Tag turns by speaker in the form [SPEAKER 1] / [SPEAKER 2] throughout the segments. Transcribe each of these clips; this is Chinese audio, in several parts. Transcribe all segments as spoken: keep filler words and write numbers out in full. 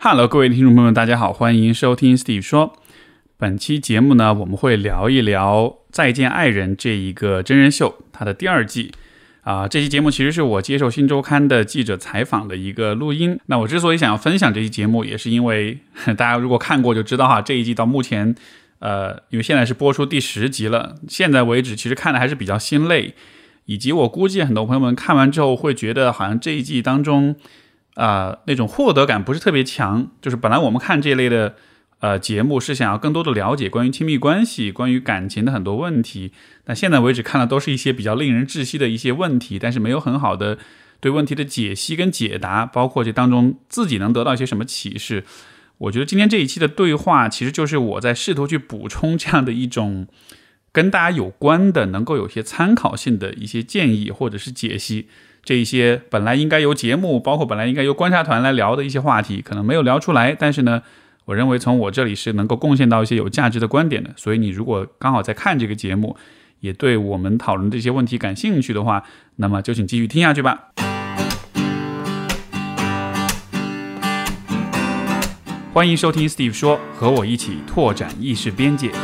[SPEAKER 1] Hello， 各位听众朋友们，大家好，欢迎收听 Steve 说。本期节目呢，我们会聊一聊《再见爱人》这一个真人秀，它的第二季。啊、呃，这期节目其实是我接受新周刊的记者采访的一个录音。那我之所以想要分享这期节目，也是因为大家如果看过就知道哈，这一季到目前，呃，因为现在是播出第十集了，现在为止其实看的还是比较心累，以及我估计很多朋友们看完之后会觉得，好像这一季当中。啊、呃，那种获得感不是特别强，就是本来我们看这类的呃节目是想要更多的了解关于亲密关系、关于感情的很多问题，但现在为止看的都是一些比较令人窒息的一些问题，但是没有很好的对问题的解析跟解答，包括这当中自己能得到一些什么启示。我觉得今天这一期的对话，其实就是我在试图去补充这样的一种跟大家有关的、能够有些参考性的一些建议或者是解析。这一些本来应该由节目，包括本来应该由观察团来聊的一些话题，可能没有聊出来，但是呢，我认为从我这里是能够贡献到一些有价值的观点的。所以你如果刚好在看这个节目，也对我们讨论这些问题感兴趣的话，那么就请继续听下去吧。欢迎收听 Steve 说，和我一起拓展意识边界。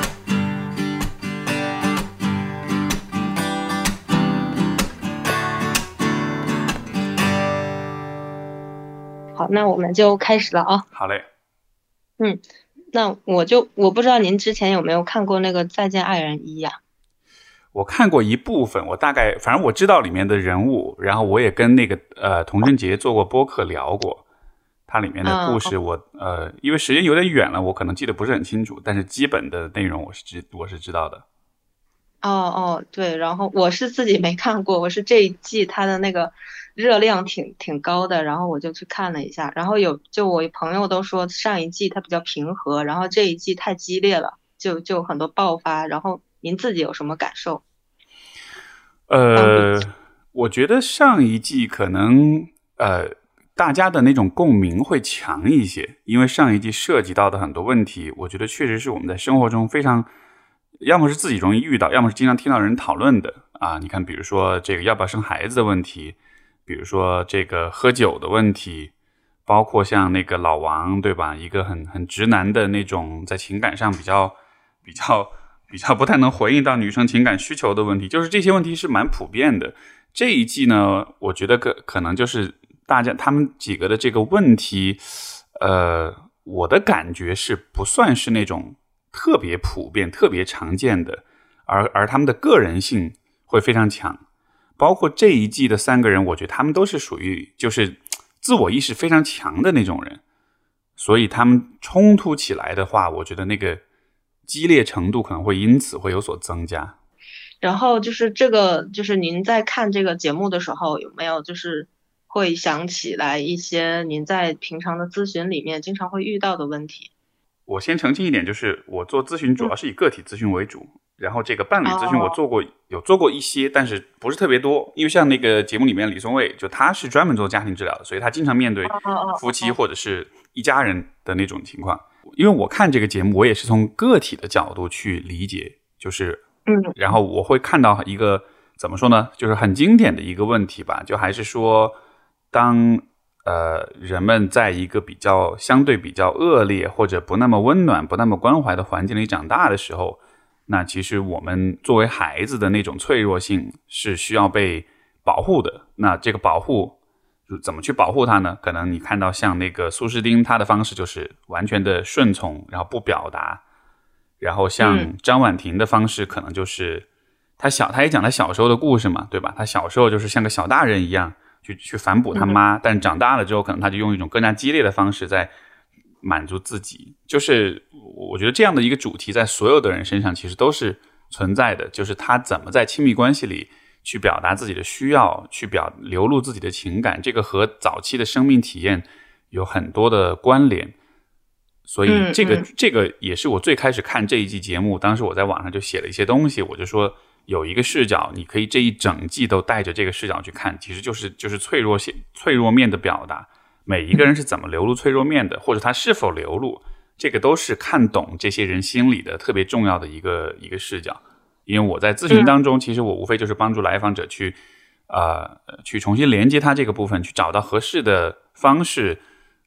[SPEAKER 2] 好，那我们就开始了啊。
[SPEAKER 1] 好嘞。
[SPEAKER 2] 嗯，那我就我不知道您之前有没有看过那个《再见爱人一》呀？
[SPEAKER 1] 我看过一部分，我大概反正我知道里面的人物，然后我也跟那个呃童振杰做过播客聊过，它里面的故事我、嗯、呃因为时间有点远了，我可能记得不是很清楚，但是基本的内容我是知我是知道的。
[SPEAKER 2] 哦哦，对，然后我是自己没看过，我是这一季它的那个热量挺挺高的，然后我就去看了一下，然后有就我朋友都说上一季它比较平和，然后这一季太激烈了，就就很多爆发，然后您自己有什么感受？
[SPEAKER 1] 呃，我觉得上一季可能呃大家的那种共鸣会强一些，因为上一季涉及到的很多问题，我觉得确实是我们在生活中非常。要么是自己容易遇到，要么是经常听到人讨论的啊。你看，比如说这个要不要生孩子的问题，比如说这个喝酒的问题，包括像那个老王，对吧？一个很很直男的那种，在情感上比较比较比较不太能回应到女生情感需求的问题，就是这些问题是蛮普遍的。这一季呢，我觉得可可能就是大家他们几个的这个问题，呃，我的感觉是不算是那种。特别普遍特别常见的，而而他们的个人性会非常强，包括这一季的三个人，我觉得他们都是属于就是自我意识非常强的那种人，所以他们冲突起来的话，我觉得那个激烈程度可能会因此会有所增加。
[SPEAKER 2] 然后就是这个就是您在看这个节目的时候，有没有就是会想起来一些您在平常的咨询里面经常会遇到的问题？
[SPEAKER 1] 我先澄清一点，就是我做咨询主要是以个体咨询为主、嗯、然后这个伴侣咨询我做过、哦、有做过一些，但是不是特别多，因为像那个节目里面李松蔚，就他是专门做家庭治疗的，所以他经常面对夫妻或者是一家人的那种情况。因为我看这个节目，我也是从个体的角度去理解，就是嗯，然后我会看到一个怎么说呢，就是很经典的一个问题吧，就还是说当呃，人们在一个比较相对比较恶劣或者不那么温暖不那么关怀的环境里长大的时候，那其实我们作为孩子的那种脆弱性是需要被保护的。那这个保护怎么去保护它呢？可能你看到像那个苏诗丁，他的方式就是完全的顺从，然后不表达。然后像张婉婷的方式可能就是他小他也讲他小时候的故事嘛，对吧？他小时候就是像个小大人一样去去反哺他妈、嗯、但是长大了之后可能他就用一种更加激烈的方式在满足自己。就是我觉得这样的一个主题在所有的人身上其实都是存在的，就是他怎么在亲密关系里去表达自己的需要，去表流露自己的情感，这个和早期的生命体验有很多的关联。所以这个、嗯嗯、这个也是我最开始看这一季节目，当时我在网上就写了一些东西，我就说有一个视角，你可以这一整季都带着这个视角去看，其实就是就是脆弱脆弱面的表达。每一个人是怎么流露脆弱面的，或者他是否流露，这个都是看懂这些人心理的特别重要的一个一个视角。因为我在咨询当中，其实我无非就是帮助来访者去呃去重新连接他这个部分，去找到合适的方式，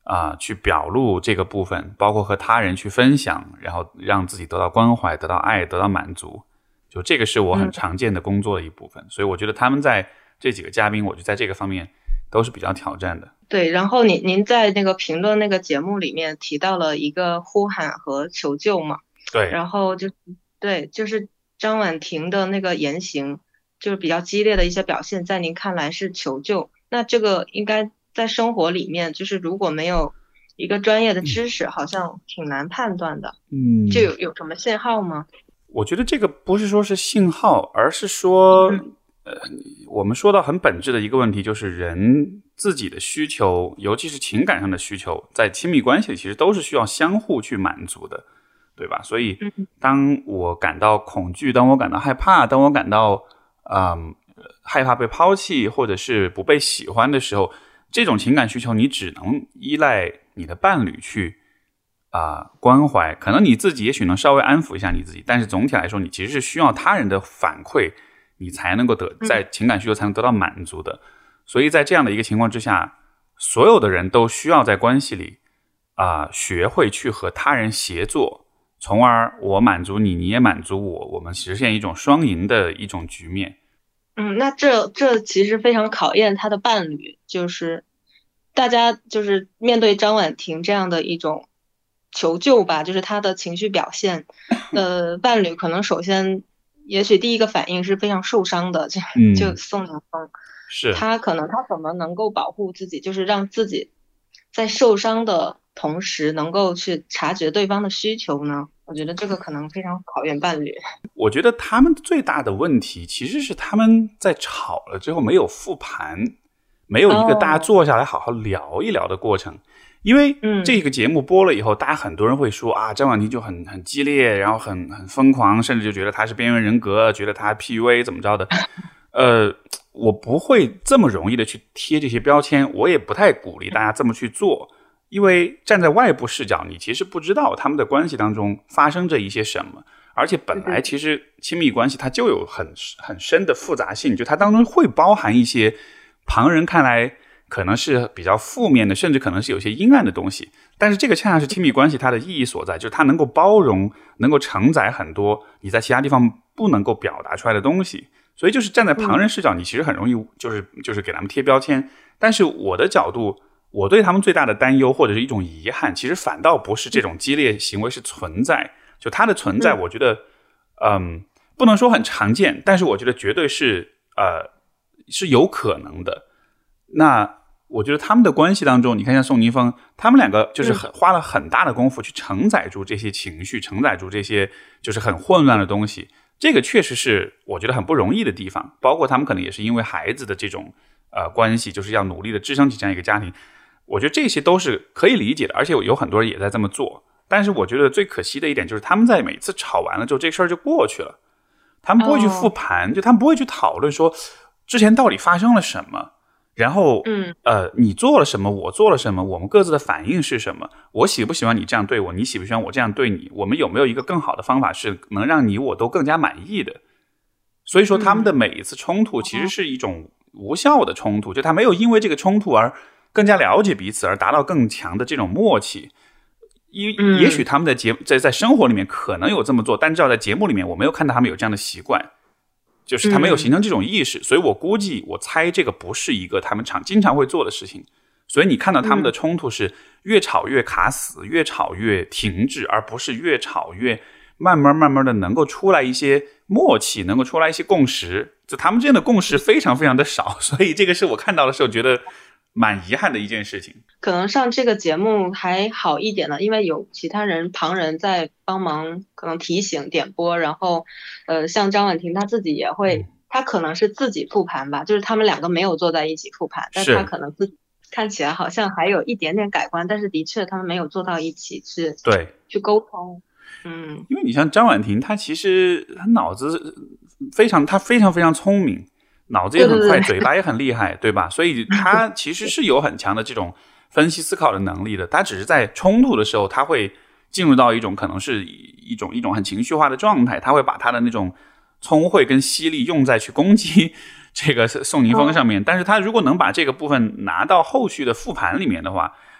[SPEAKER 1] 啊、呃，去表露这个部分，包括和他人去分享，然后让自己得到关怀、得到爱、得到满足。就这个是我很常见的工作的一部分，嗯、所以我觉得他们在这几个嘉宾，我觉得在这个方面都是比较挑战的。
[SPEAKER 2] 对，然后您您在那个评论那个节目里面提到了一个呼喊和求救嘛？
[SPEAKER 1] 对，
[SPEAKER 2] 然后就对，就是张婉婷的那个言行，就是比较激烈的一些表现，在您看来是求救。那这个应该在生活里面，就是如果没有一个专业的知识，嗯、好像挺难判断的。
[SPEAKER 1] 嗯，
[SPEAKER 2] 就有有什么信号吗？
[SPEAKER 1] 我觉得这个不是说是信号，而是说，嗯、呃，我们说到很本质的一个问题，就是人自己的需求，尤其是情感上的需求，在亲密关系里其实都是需要相互去满足的，对吧？所以当我感到恐惧，当我感到害怕，当我感到嗯害怕被抛弃或者是不被喜欢的时候，这种情感需求你只能依赖你的伴侣去啊、呃、关怀，可能你自己也许能稍微安抚一下你自己，但是总体来说你其实是需要他人的反馈，你才能够得在情感需求才能得到满足的。所以在这样的一个情况之下，所有的人都需要在关系里啊、呃、学会去和他人协作，从而我满足你，你也满足我，我们实现一种双赢的一种局面。
[SPEAKER 2] 嗯，那这这其实非常考验他的伴侣，就是大家就是面对张婉婷这样的一种求救吧，就是他的情绪表现，呃，伴侣可能首先也许第一个反应是非常受伤的，就、嗯、就宋宁峰，
[SPEAKER 1] 是
[SPEAKER 2] 他可能他怎么能够保护自己，就是让自己在受伤的同时能够去察觉对方的需求呢？我觉得这个可能非常考验伴侣。
[SPEAKER 1] 我觉得他们最大的问题其实是他们在吵了之后没有复盘，没有一个大家坐下来好好聊一聊的过程。哦、因为这个节目播了以后，大家很多人会说啊，张婉婷就很很激烈，然后很很疯狂，甚至就觉得他是边缘人格，觉得他 P U A 怎么着的。呃，我不会这么容易的去贴这些标签，我也不太鼓励大家这么去做。因为站在外部视角，你其实不知道他们的关系当中发生着一些什么，而且本来其实亲密关系它就有很很深的复杂性，就它当中会包含一些旁人看来可能是比较负面的，甚至可能是有些阴暗的东西，但是这个恰恰是亲密关系它的意义所在，就是它能够包容，能够承载很多你在其他地方不能够表达出来的东西。所以就是站在旁人视角，你其实很容易就是就是给他们贴标签。但是我的角度，我对他们最大的担忧或者是一种遗憾，其实反倒不是这种激烈行为是存在，就它的存在我觉得嗯，不能说很常见，但是我觉得绝对是呃是有可能的。那我觉得他们的关系当中，你看像宋宁峰，他们两个就是很花了很大的功夫去承载住这些情绪，承载住这些就是很混乱的东西，这个确实是我觉得很不容易的地方。包括他们可能也是因为孩子的这种呃关系，就是要努力的支撑起这样一个家庭，我觉得这些都是可以理解的，而且有很多人也在这么做。但是我觉得最可惜的一点就是他们在每次吵完了之后，这事儿就过去了，他们不会去复盘、oh. 就他们不会去讨论说之前到底发生了什么，然后嗯呃你做了什么，我做了什么，我们各自的反应是什么，我喜不喜欢你这样对我，你喜不喜欢我这样对你，我们有没有一个更好的方法是能让你我都更加满意的。所以说他们的每一次冲突其实是一种无效的冲突，就他没有因为这个冲突而更加了解彼此，而达到更强的这种默契。也许他们在节在在生活里面可能有这么做，但至少在节目里面我没有看到他们有这样的习惯，就是他没有形成这种意识、嗯、所以我估计我猜这个不是一个他们常经常会做的事情。所以你看到他们的冲突是越吵越卡死，越吵越停滞，而不是越吵越慢慢慢慢的能够出来一些默契，能够出来一些共识。就他们之间的共识非常非常的少，所以这个是我看到的时候觉得蛮遗憾的一件事情。
[SPEAKER 2] 可能上这个节目还好一点了，因为有其他人旁人在帮忙可能提醒点播，然后呃，像张婉婷她自己也会、嗯、她可能是自己复盘吧，就是他们两个没有坐在一起复盘，但她可能自己看起来好像还有一点点改观，但是的确他们没有坐到一起去
[SPEAKER 1] 对
[SPEAKER 2] 去沟通。嗯，
[SPEAKER 1] 因为你像张婉婷，她其实她脑子非常她非常非常聪明，脑子也很快，对对对，嘴巴也很厉害，对吧？所以他其实是有很强的这种分析思考的能力的。他只是在冲突的时候，他会进入到一种可能是一种一种很情绪化的状态，他会把他的那种聪慧跟犀利用在去攻击这个宋宁峰上面。但是他如果能把这个部分拿到后续的复盘里面的话，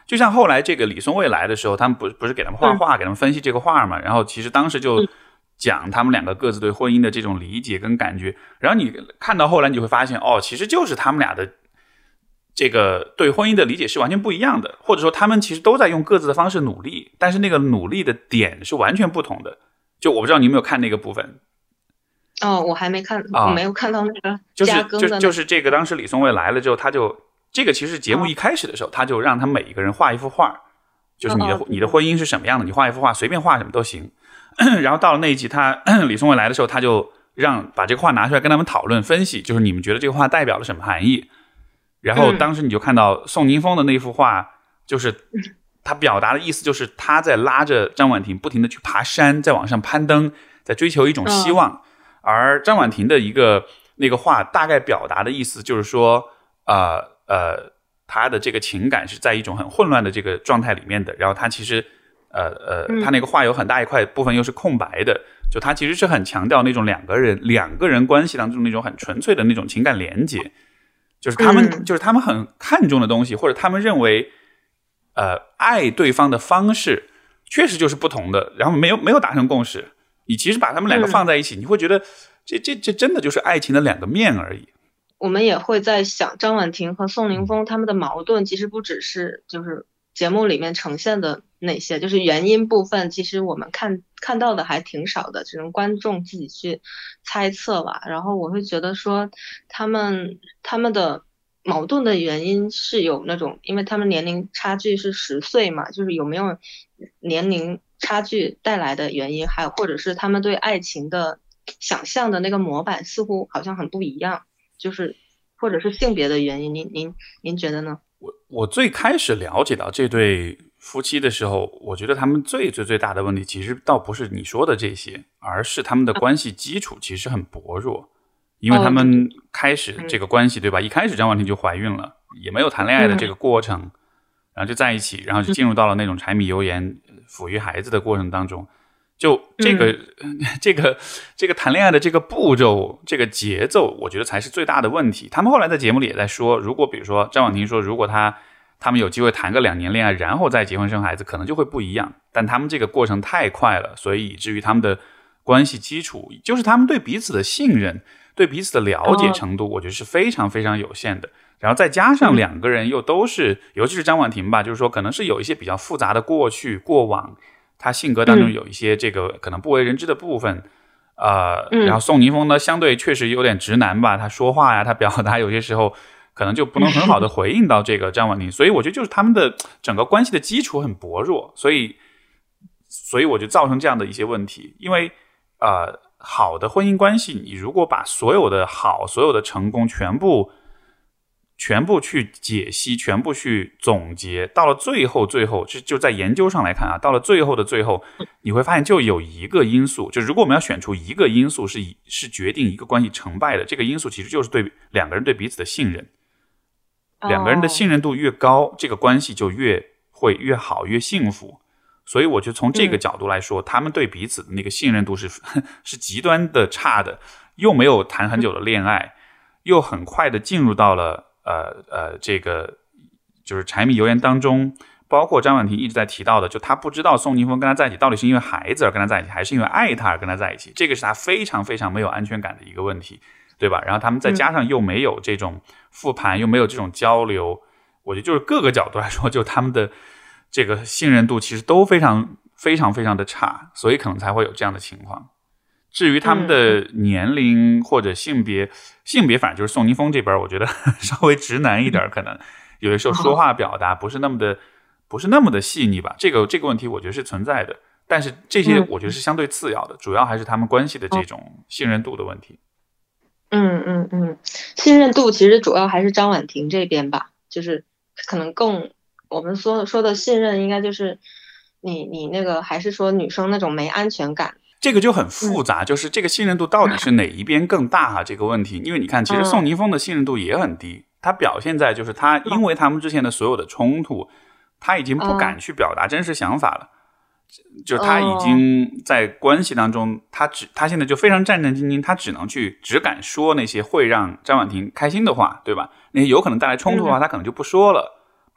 [SPEAKER 1] 就像后来这个李松蔚来的时候，他们不不是给他们画画、嗯、给他们分析这个画嘛，然后其实当时就讲他们两个各自对婚姻的这种理解跟感觉，然后你看到后来你就会发现，哦，其实就是他们俩的这个对婚姻的理解是完全不一样的，或者说他们其实都在用各自的方式努力，但是那个努力的点是完全不同的。就我不知道你有没有看那个部分。
[SPEAKER 2] 哦，我还没看，
[SPEAKER 1] 啊、
[SPEAKER 2] 我没有看到那个加更的、那个
[SPEAKER 1] 就是就就是这个当时李松蔚来了之后，他就这个其实节目一开始的时候、哦、他就让他们每一个人画一幅画，就是你的、哦、你的婚姻是什么样的，你画一幅画，随便画什么都行。然后到了那一集他李松蔚来的时候，他就让把这个画拿出来跟他们讨论分析，就是你们觉得这个画代表了什么含义。然后当时你就看到宋宁峰的那幅画，就是他表达的意思就是他在拉着张婉婷不停的去爬山，在往上攀登，在追求一种希望、哦、而张婉婷的一个那个画大概表达的意思就是说呃呃他的这个情感是在一种很混乱的这个状态里面的，然后他其实呃呃他那个画有很大一块部分又是空白的，就他其实是很强调那种两个人两个人关系当中那种很纯粹的那种情感连结，就是他们、嗯、就是他们很看重的东西，或者他们认为呃爱对方的方式确实就是不同的，然后没有没有达成共识，你其实把他们两个放在一起、嗯、你会觉得这这这真的就是爱情的两个面而已。
[SPEAKER 2] 我们也会在想张婉婷和宋宁峰他们的矛盾其实不只是就是节目里面呈现的那些，就是原因部分其实我们看看到的还挺少的，只能观众自己去猜测吧。然后我会觉得说他们他们的矛盾的原因是有那种，因为他们年龄差距是十岁嘛，就是有没有年龄差距带来的原因，还有或者是他们对爱情的想象的那个模板似乎好像很不一样，就是或者是性别的原因，您您您觉得呢？
[SPEAKER 1] 我我最开始了解到这对夫妻的时候，我觉得他们最最最大的问题其实倒不是你说的这些，而是他们的关系基础其实很薄弱。因为他们开始这个关系、哦、对吧，一开始张婉婷就怀孕了，也没有谈恋爱的这个过程、嗯、然后就在一起，然后就进入到了那种柴米油盐抚育孩子的过程当中，就这个、嗯、这个这个谈恋爱的这个步骤这个节奏我觉得才是最大的问题。他们后来在节目里也在说，如果比如说张婉婷说如果他他们有机会谈个两年恋爱然后再结婚生孩子可能就会不一样，但他们这个过程太快了，所以以至于他们的关系基础就是他们对彼此的信任对彼此的了解程度我觉得是非常非常有限的，然后再加上两个人又都是、嗯、尤其是张婉婷吧，就是说可能是有一些比较复杂的过去过往，他性格当中有一些这个可能不为人知的部分、嗯、呃，然后宋宁峰呢相对确实有点直男吧，他说话呀他表达有些时候可能就不能很好的回应到这个张婉婷，所以我觉得就是他们的整个关系的基础很薄弱，所以所以我就造成这样的一些问题。因为呃好的婚姻关系，你如果把所有的好所有的成功全部全部去解析全部去总结，到了最后最后就就在研究上来看啊，到了最后的最后你会发现就有一个因素，就如果我们要选出一个因素是是决定一个关系成败的，这个因素其实就是对两个人对彼此的信任，两个人的信任度越高这个关系就越会越好越幸福。所以我就从这个角度来说、嗯、他们对彼此的那个信任度是是极端的差的，又没有谈很久的恋爱、嗯、又很快的进入到了呃呃这个就是柴米油盐当中，包括张婉婷一直在提到的，就他不知道宋宁峰跟他在一起到底是因为孩子而跟他在一起还是因为爱他而跟他在一起，这个是他非常非常没有安全感的一个问题，对吧？然后他们再加上又没有这种复盘、嗯、又没有这种交流，我觉得就是各个角度来说就他们的这个信任度其实都非常非常非常的差，所以可能才会有这样的情况。至于他们的年龄或者性别、嗯、性别反正就是宋宁峰这边我觉得稍微直男一点，可能有的时候说话表达不是那么的不是那么的细腻吧，这个这个问题我觉得是存在的，但是这些我觉得是相对次要的、嗯、主要还是他们关系的这种信任度的问题。
[SPEAKER 2] 嗯嗯嗯，信任度其实主要还是张婉婷这边吧，就是可能更我们说说的信任应该就是你你那个还是说女生那种没安全感，
[SPEAKER 1] 这个就很复杂、嗯、就是这个信任度到底是哪一边更大啊、嗯、这个问题。因为你看其实宋宁峰的信任度也很低、嗯、他表现在就是他因为他们之前的所有的冲突、嗯、他已经不敢去表达真实想法了、嗯、就是他已经在关系当中他只他现在就非常战战兢兢，他只能去只敢说那些会让张婉婷开心的话，对吧？那些有可能带来冲突的话、嗯、他可能就不说了，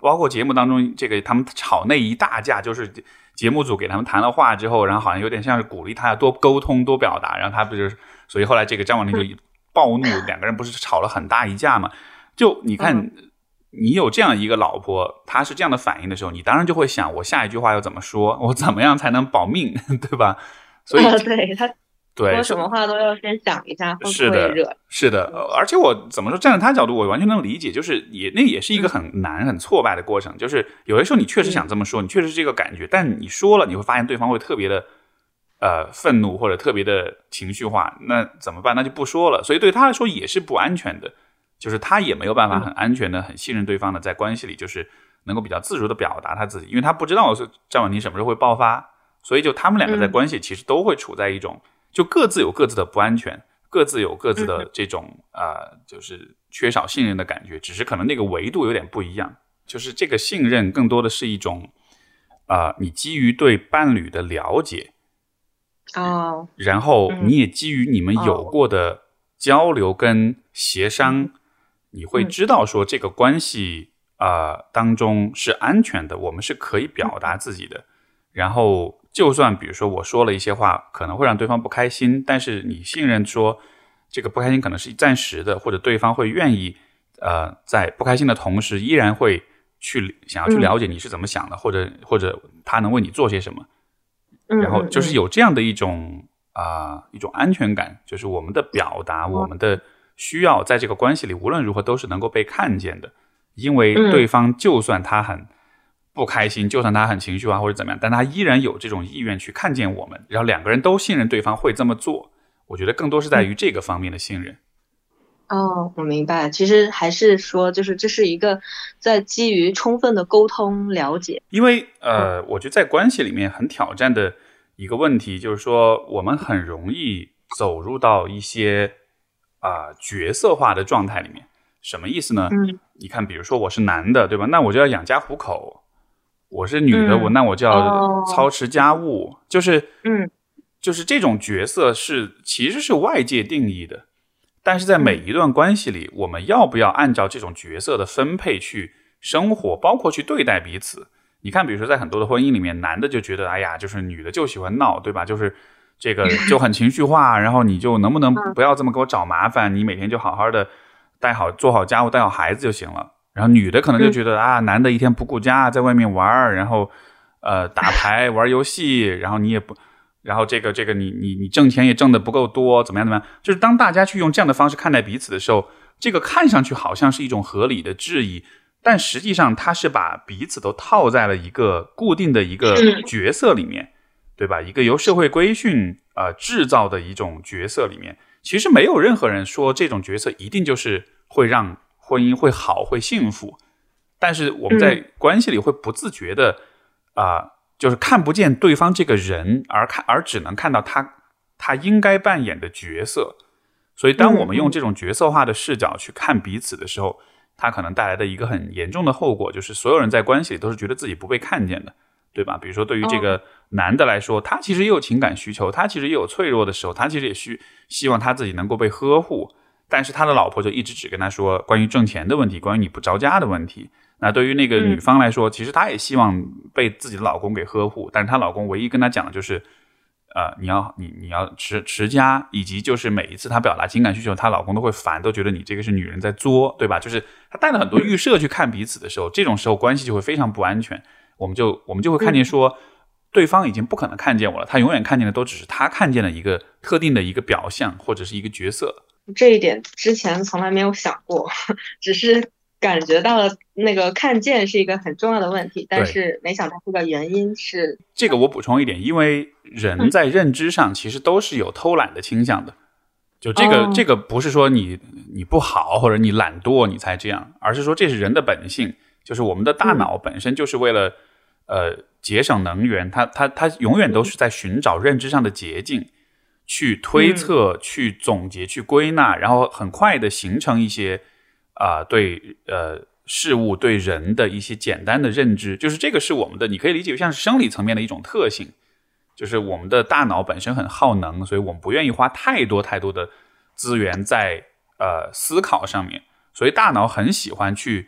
[SPEAKER 1] 包括节目当中这个他们吵那一大架，就是节目组给他们谈了话之后，然后好像有点像是鼓励他要多沟通多表达，然后他不就是所以后来这个张婉婷就暴怒，两个人不是吵了很大一架嘛？就你看、嗯、你有这样一个老婆，她是这样的反应的时候，你当然就会想我下一句话要怎么说，我怎么样才能保命，对吧？所以、
[SPEAKER 2] 哦、对他
[SPEAKER 1] 对
[SPEAKER 2] 说什么话都要先想一下会不会
[SPEAKER 1] 是的
[SPEAKER 2] 惹。
[SPEAKER 1] 是的，而且我怎么说，站在他角度我完全能理解，就是也那也是一个很难很挫败的过程，就是有的时候你确实想这么说，你确实是这个感觉，但你说了你会发现对方会特别的呃愤怒或者特别的情绪化，那怎么办？那就不说了。所以对他来说也是不安全的，就是他也没有办法很安全的很信任对方的在关系里就是能够比较自如的表达他自己，因为他不知道张婉婷什么时候会爆发，所以就他们两个在关系其实都会处在一种就各自有各自的不安全，各自有各自的这种呃，就是缺少信任的感觉，只是可能那个维度有点不一样。就是这个信任更多的是一种呃，你基于对伴侣的了解
[SPEAKER 2] 哦，
[SPEAKER 1] 然后你也基于你们有过的交流跟协商，嗯、你会知道说这个关系呃当中是安全的，我们是可以表达自己的，然后就算比如说我说了一些话可能会让对方不开心，但是你信任说这个不开心可能是暂时的，或者对方会愿意呃在不开心的同时依然会去想要去了解你是怎么想的，嗯、或者或者他能为你做些什么，然后就是有这样的一种啊、呃、一种安全感，就是我们的表达、嗯、我们的需要在这个关系里无论如何都是能够被看见的，因为对方就算他很不开心，就算他很情绪化或者怎么样，但他依然有这种意愿去看见我们，然后两个人都信任对方会这么做，我觉得更多是在于这个方面的信任。
[SPEAKER 2] 哦，我明白，其实还是说就是这是一个在基于充分的沟通了解。
[SPEAKER 1] 因为呃，我觉得在关系里面很挑战的一个问题就是说我们很容易走入到一些啊、呃、角色化的状态里面。什么意思呢？嗯，你看比如说我是男的对吧，那我就要养家糊口，我是女的、嗯、我那我就要操持家务、哦、就是嗯，就是这种角色是其实是外界定义的，但是在每一段关系里、嗯、我们要不要按照这种角色的分配去生活，包括去对待彼此。你看比如说在很多的婚姻里面，男的就觉得哎呀就是女的就喜欢闹对吧，就是这个就很情绪化然后你就能不能不要这么给我找麻烦，你每天就好好的带好做好家务带好孩子就行了。然后女的可能就觉得、嗯、啊，男的一天不顾家在外面玩，然后呃打牌玩游戏，然后你也不，然后这个这个你你你挣钱也挣得不够多，怎么样怎么样？就是当大家去用这样的方式看待彼此的时候，这个看上去好像是一种合理的质疑，但实际上它是把彼此都套在了一个固定的一个角色里面，对吧？一个由社会规训呃制造的一种角色里面，其实没有任何人说这种角色一定就是会让婚姻会好会幸福，但是我们在关系里会不自觉的啊、呃，就是看不见对方这个人，而看而只能看到他他应该扮演的角色。所以当我们用这种角色化的视角去看彼此的时候，它可能带来的一个很严重的后果就是所有人在关系里都是觉得自己不被看见的，对吧？比如说对于这个男的来说，他其实也有情感需求，他其实也有脆弱的时候，他其实也需希望他自己能够被呵护，但是他的老婆就一直只跟他说关于挣钱的问题，关于你不着家的问题。那对于那个女方来说、嗯、其实她也希望被自己的老公给呵护，但是她老公唯一跟她讲的就是呃，你要你你要持持家，以及就是每一次她表达情感需求她老公都会烦，都觉得你这个是女人在作，对吧？就是她带了很多预设去看彼此的时候，这种时候关系就会非常不安全。我们就我们就会看见说、嗯、对方已经不可能看见我了，他永远看见的都只是他看见了一个特定的一个表象或者是一个角色。
[SPEAKER 2] 这一点之前从来没有想过，只是感觉到了那个看见是一个很重要的问题，但是没想到这个原因是
[SPEAKER 1] 这个。我补充一点，因为人在认知上其实都是有偷懒的倾向的，就这个、哦、这个不是说你你不好或者你懒惰你才这样，而是说这是人的本性，就是我们的大脑本身就是为了、嗯、呃节省能源，它它它永远都是在寻找认知上的捷径，去推测、嗯、去总结、去归纳，然后很快的形成一些啊、呃、对呃事物对人的一些简单的认知。就是这个是我们的，你可以理解像是生理层面的一种特性，就是我们的大脑本身很耗能，所以我们不愿意花太多太多的资源在呃思考上面，所以大脑很喜欢去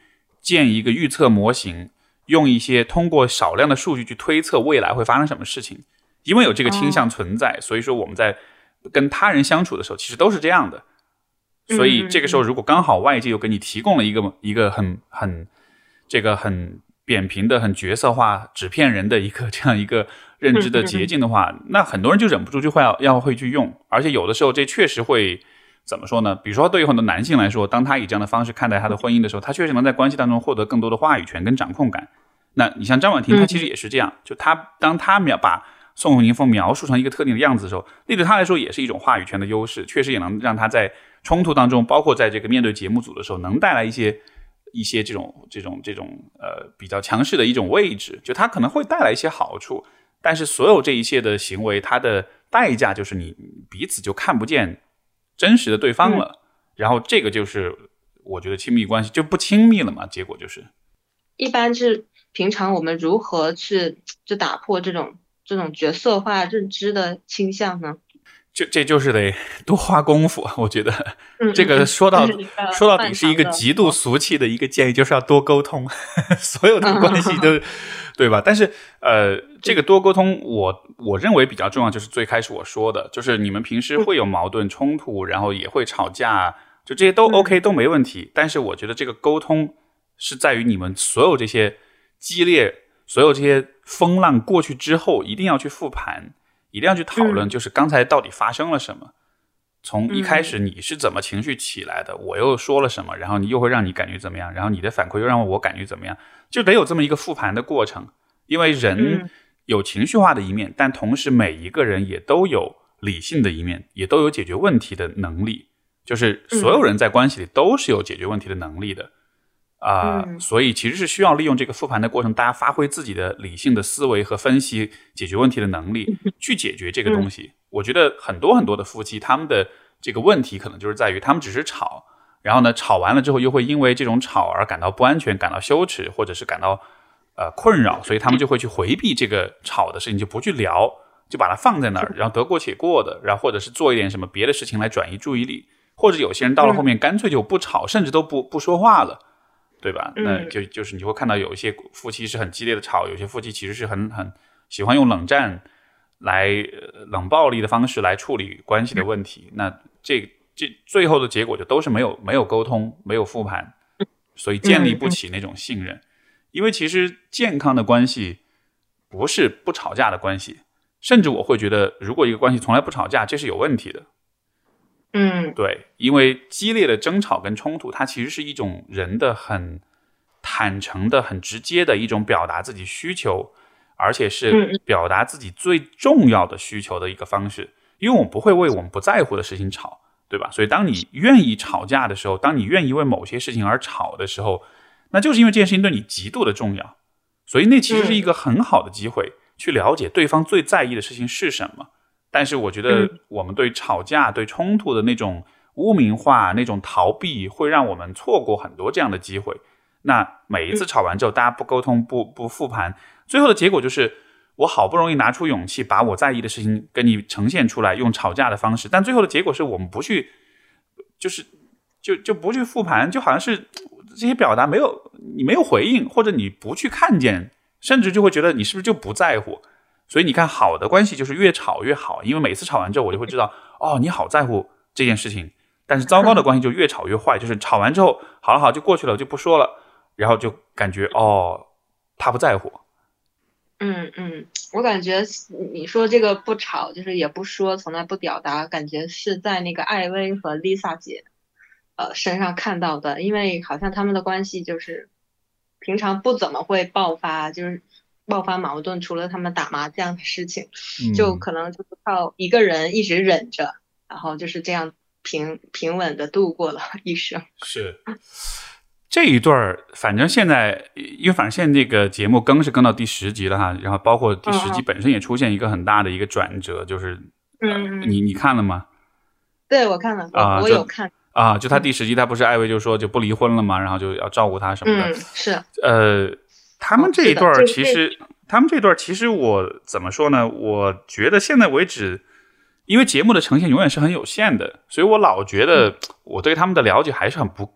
[SPEAKER 1] 建一个预测模型，用一些通过少量的数据去推测未来会发生什么事情。因为有这个倾向存在，哦、所以说我们在跟他人相处的时候，其实都是这样的。所以这个时候，如果刚好外界又给你提供了一个一个很很这个很扁平的、很角色化、纸片人的一个这样一个认知的捷径的话，那很多人就忍不住就会要要会去用，而且有的时候这确实会怎么说呢？比如说对于很多男性来说，当他以这样的方式看待他的婚姻的时候，他确实能在关系当中获得更多的话语权跟掌控感。那你像张婉婷，她其实也是这样，就他当他描把宋永宁峰描述成一个特定的样子的时候，那对他来说也是一种话语权的优势，确实也能让他在冲突当中，包括在这个面对节目组的时候，能带来一些一些这种这种这种呃比较强势的一种位置，就他可能会带来一些好处，但是所有这一切的行为，它的代价就是你彼此就看不见真实的对方了，嗯、然后这个就是我觉得亲密关系就不亲密了嘛，结果就是
[SPEAKER 2] 一般是平常我们如何去就打破这种这种角色化认知的倾向呢？
[SPEAKER 1] 这这就是得多花功夫，我觉得这个说到、嗯、说到底是一个极度俗气的一个建议，就是要多沟通，所有的关系都、嗯、对吧？但是呃，这个多沟通，我我认为比较重要，就是最开始我说的，就是你们平时会有矛盾冲突，然后也会吵架，就这些都 OK、嗯、都没问题。但是我觉得这个沟通是在于你们所有这些激烈，所有这些风浪过去之后，一定要去复盘。一定要去讨论，就是刚才到底发生了什么、嗯、从一开始你是怎么情绪起来的、嗯、我又说了什么，然后你又会让你感觉怎么样，然后你的反馈又让我感觉怎么样，就得有这么一个复盘的过程。因为人有情绪化的一面、嗯、但同时每一个人也都有理性的一面，也都有解决问题的能力，就是所有人在关系里都是有解决问题的能力的啊、呃嗯，所以其实是需要利用这个复盘的过程，大家发挥自己的理性的思维和分析解决问题的能力，去解决这个东西。嗯、我觉得很多很多的夫妻，他们的这个问题可能就是在于他们只是吵，然后呢，吵完了之后又会因为这种吵而感到不安全、感到羞耻，或者是感到呃困扰，所以他们就会去回避这个吵的事情，就不去聊，就把它放在那儿，然后得过且过的，然后或者是做一点什么别的事情来转移注意力，或者有些人到了后面干脆就不吵，甚至都不不说话了。对吧？那就就是你会看到有一些夫妻是很激烈的吵，有些夫妻其实是很很喜欢用冷战来、呃、冷暴力的方式来处理关系的问题。那这这最后的结果就都是没有没有沟通，没有复盘，所以建立不起那种信任。因为其实健康的关系不是不吵架的关系，甚至我会觉得，如果一个关系从来不吵架，这是有问题的。
[SPEAKER 2] 嗯，
[SPEAKER 1] 对，因为激烈的争吵跟冲突，它其实是一种人的很坦诚的、很直接的一种表达自己需求，而且是表达自己最重要的需求的一个方式。因为我们不会为我们不在乎的事情吵，对吧？所以当你愿意吵架的时候，当你愿意为某些事情而吵的时候，那就是因为这件事情对你极度的重要，所以那其实是一个很好的机会去了解对方最在意的事情是什么。但是我觉得我们对吵架、对冲突的那种污名化、那种逃避，会让我们错过很多这样的机会。那每一次吵完之后，大家不沟通、不不复盘，最后的结果就是我好不容易拿出勇气，把我在意的事情跟你呈现出来，用吵架的方式，但最后的结果是我们不去，就是就就不去复盘，就好像是这些表达没有你没有回应，或者你不去看见，甚至就会觉得你是不是就不在乎。所以你看，好的关系就是越吵越好，因为每次吵完之后，我就会知道，哦，你好在乎这件事情。但是糟糕的关系就越吵越坏，就是吵完之后，好了好就过去了，我就不说了，然后就感觉哦，他不在乎。
[SPEAKER 2] 嗯嗯，我感觉你说这个不吵，就是也不说，从来不表达，感觉是在那个艾薇和 Lisa 姐呃身上看到的，因为好像他们的关系就是平常不怎么会爆发，就是爆发矛盾，除了他们打麻将的事情，
[SPEAKER 1] 嗯、
[SPEAKER 2] 就可能就是靠一个人一直忍着，然后就是这样平平稳的度过了一生。
[SPEAKER 1] 是这一对儿，反正现在因为反正现在这个节目更是更到第十集了哈，然后包括第十集本身也出现一个很大的一个转折，就是、
[SPEAKER 2] 嗯
[SPEAKER 1] 呃、你你看了吗？
[SPEAKER 2] 对，我看了，我、
[SPEAKER 1] 呃、
[SPEAKER 2] 我有看
[SPEAKER 1] 啊，就他第十集他不是艾薇就说就不离婚了嘛，然后就要照顾他什么的，
[SPEAKER 2] 嗯，是
[SPEAKER 1] 呃。他们这一段其实、哦、他们这一段其实我怎么说呢，我觉得现在为止，因为节目的呈现永远是很有限的，所以我老觉得我对他们的了解还是很不够，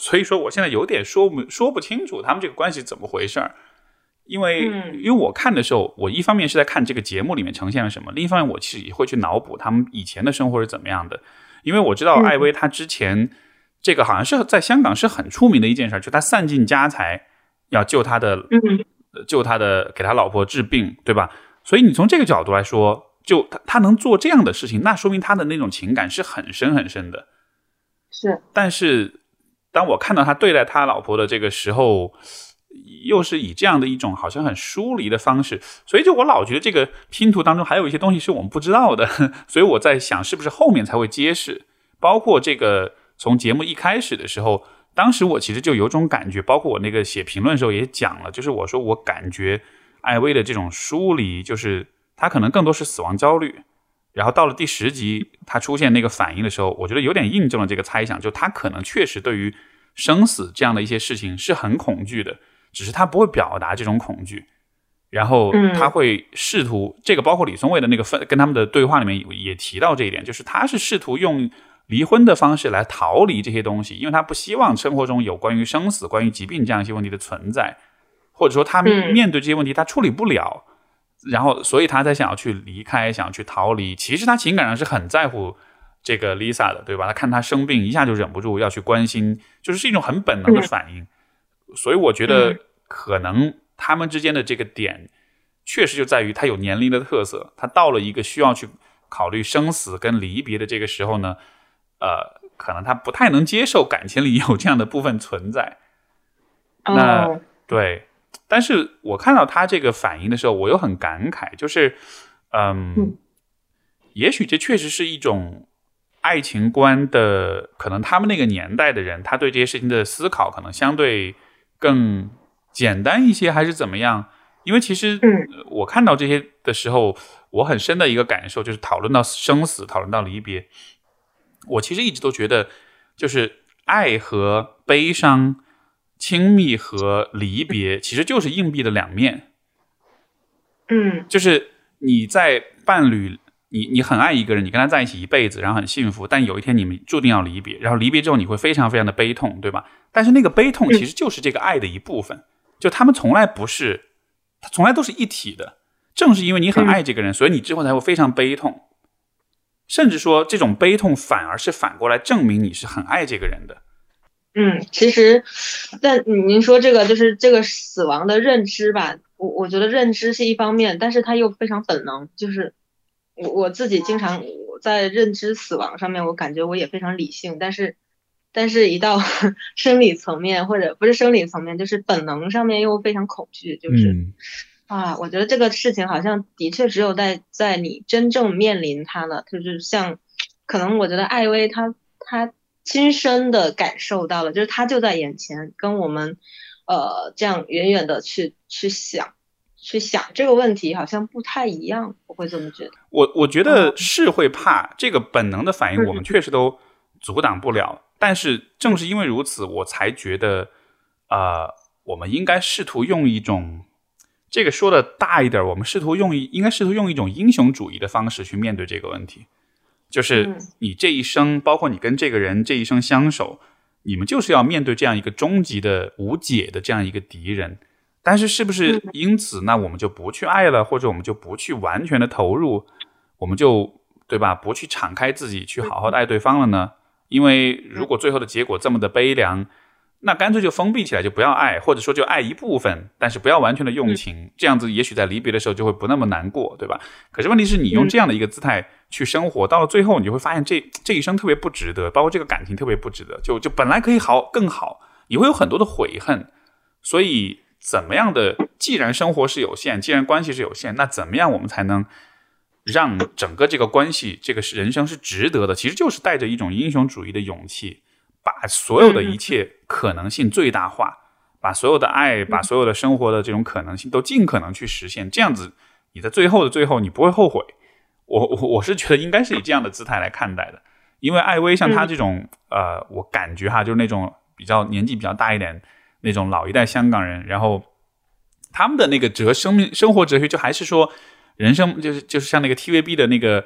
[SPEAKER 1] 所以说我现在有点说不说不清楚他们这个关系怎么回事儿。因为、嗯、因为我看的时候，我一方面是在看这个节目里面呈现了什么，另一方面我其实也会去脑补他们以前的生活是怎么样的。因为我知道艾薇她之前、嗯、这个好像是在香港是很出名的一件事，就她散尽家财要救他的、嗯、救他的给他老婆治病，对吧？所以你从这个角度来说，就他他能做这样的事情，那说明他的那种情感是很深很深的。
[SPEAKER 2] 是，
[SPEAKER 1] 但是当我看到他对待他老婆的这个时候，又是以这样的一种好像很疏离的方式，所以就我老觉得这个拼图当中还有一些东西是我们不知道的，所以我在想是不是后面才会揭示。包括这个从节目一开始的时候，当时我其实就有种感觉，包括我那个写评论的时候也讲了，就是我说我感觉艾薇的这种疏离，就是他可能更多是死亡焦虑，然后到了第十集他出现那个反应的时候，我觉得有点印证了这个猜想，就他可能确实对于生死这样的一些事情是很恐惧的，只是他不会表达这种恐惧，然后他会试图、嗯、这个包括李松蔚的那个跟他们的对话里面也提到这一点，就是他是试图用离婚的方式来逃离这些东西，因为他不希望生活中有关于生死关于疾病这样一些问题的存在，或者说他面对这些问题他处理不了、嗯、然后所以他才想要去离开，想要去逃离。其实他情感上是很在乎这个 Lisa 的，对吧？他看他生病一下就忍不住要去关心，就是是一种很本能的反应、嗯、所以我觉得可能他们之间的这个点确实就在于他有年龄的特色，他到了一个需要去考虑生死跟离别的这个时候呢，呃，可能他不太能接受感情里有这样的部分存在。
[SPEAKER 2] 哦、
[SPEAKER 1] 那对，但是我看到他这个反应的时候，我又很感慨，就是嗯，嗯也许这确实是一种爱情观的，可能他们那个年代的人，他对这些事情的思考可能相对更简单一些，还是怎么样？因为其实我看到这些的时候，我很深的一个感受就是讨论到生死，讨论到离别，我其实一直都觉得就是爱和悲伤，亲密和离别其实就是硬币的两面。
[SPEAKER 2] 嗯，
[SPEAKER 1] 就是你在伴侣你你很爱一个人，你跟他在一起一辈子，然后很幸福，但有一天你们注定要离别，然后离别之后你会非常非常的悲痛，对吧？但是那个悲痛其实就是这个爱的一部分、嗯、就他们从来不是，他从来都是一体的。正是因为你很爱这个人、嗯、所以你之后才会非常悲痛，甚至说这种悲痛反而是反过来证明你是很爱这个人的。
[SPEAKER 2] 嗯，其实但您说这个就是这个死亡的认知吧，我我觉得认知是一方面，但是它又非常本能，就是我我自己经常在认知死亡上面，我感觉我也非常理性，但是但是一到生理层面，或者不是生理层面，就是本能上面又非常恐惧，就是、嗯、啊，我觉得这个事情好像的确只有在在你真正面临它了，就是像可能我觉得艾薇她她亲身的感受到了，就是她就在眼前，跟我们呃这样远远的去去想去想这个问题好像不太一样，我会这么觉得。
[SPEAKER 1] 我我觉得是会怕、嗯、这个本能的反应我们确实都阻挡不了、嗯、但是正是因为如此，我才觉得呃我们应该试图用一种，这个说的大一点，我们试图用应该试图用一种英雄主义的方式去面对这个问题。就是你这一生、嗯、包括你跟这个人这一生相守，你们就是要面对这样一个终极的无解的这样一个敌人，但是是不是因此那我们就不去爱了，或者我们就不去完全的投入，我们就对吧不去敞开自己去好好的爱对方了呢？因为如果最后的结果这么的悲凉，那干脆就封闭起来，就不要爱，或者说就爱一部分，但是不要完全的用情，这样子也许在离别的时候就会不那么难过，对吧？可是问题是你用这样的一个姿态去生活，到了最后你就会发现这这一生特别不值得，包括这个感情特别不值得，就就本来可以好更好，你会有很多的悔恨。所以怎么样的，既然生活是有限，既然关系是有限，那怎么样我们才能让整个这个关系这个人生是值得的？其实就是带着一种英雄主义的勇气，把所有的一切可能性最大化，把所有的爱，把所有的生活的这种可能性都尽可能去实现，这样子你在最后的最后你不会后悔。我我我是觉得应该是以这样的姿态来看待的。因为艾薇像他这种、嗯、呃，我感觉哈，就是那种比较年纪比较大一点那种老一代香港人，然后他们的那个哲生命生活哲学就还是说人生就是就是像那个 T V B 的那个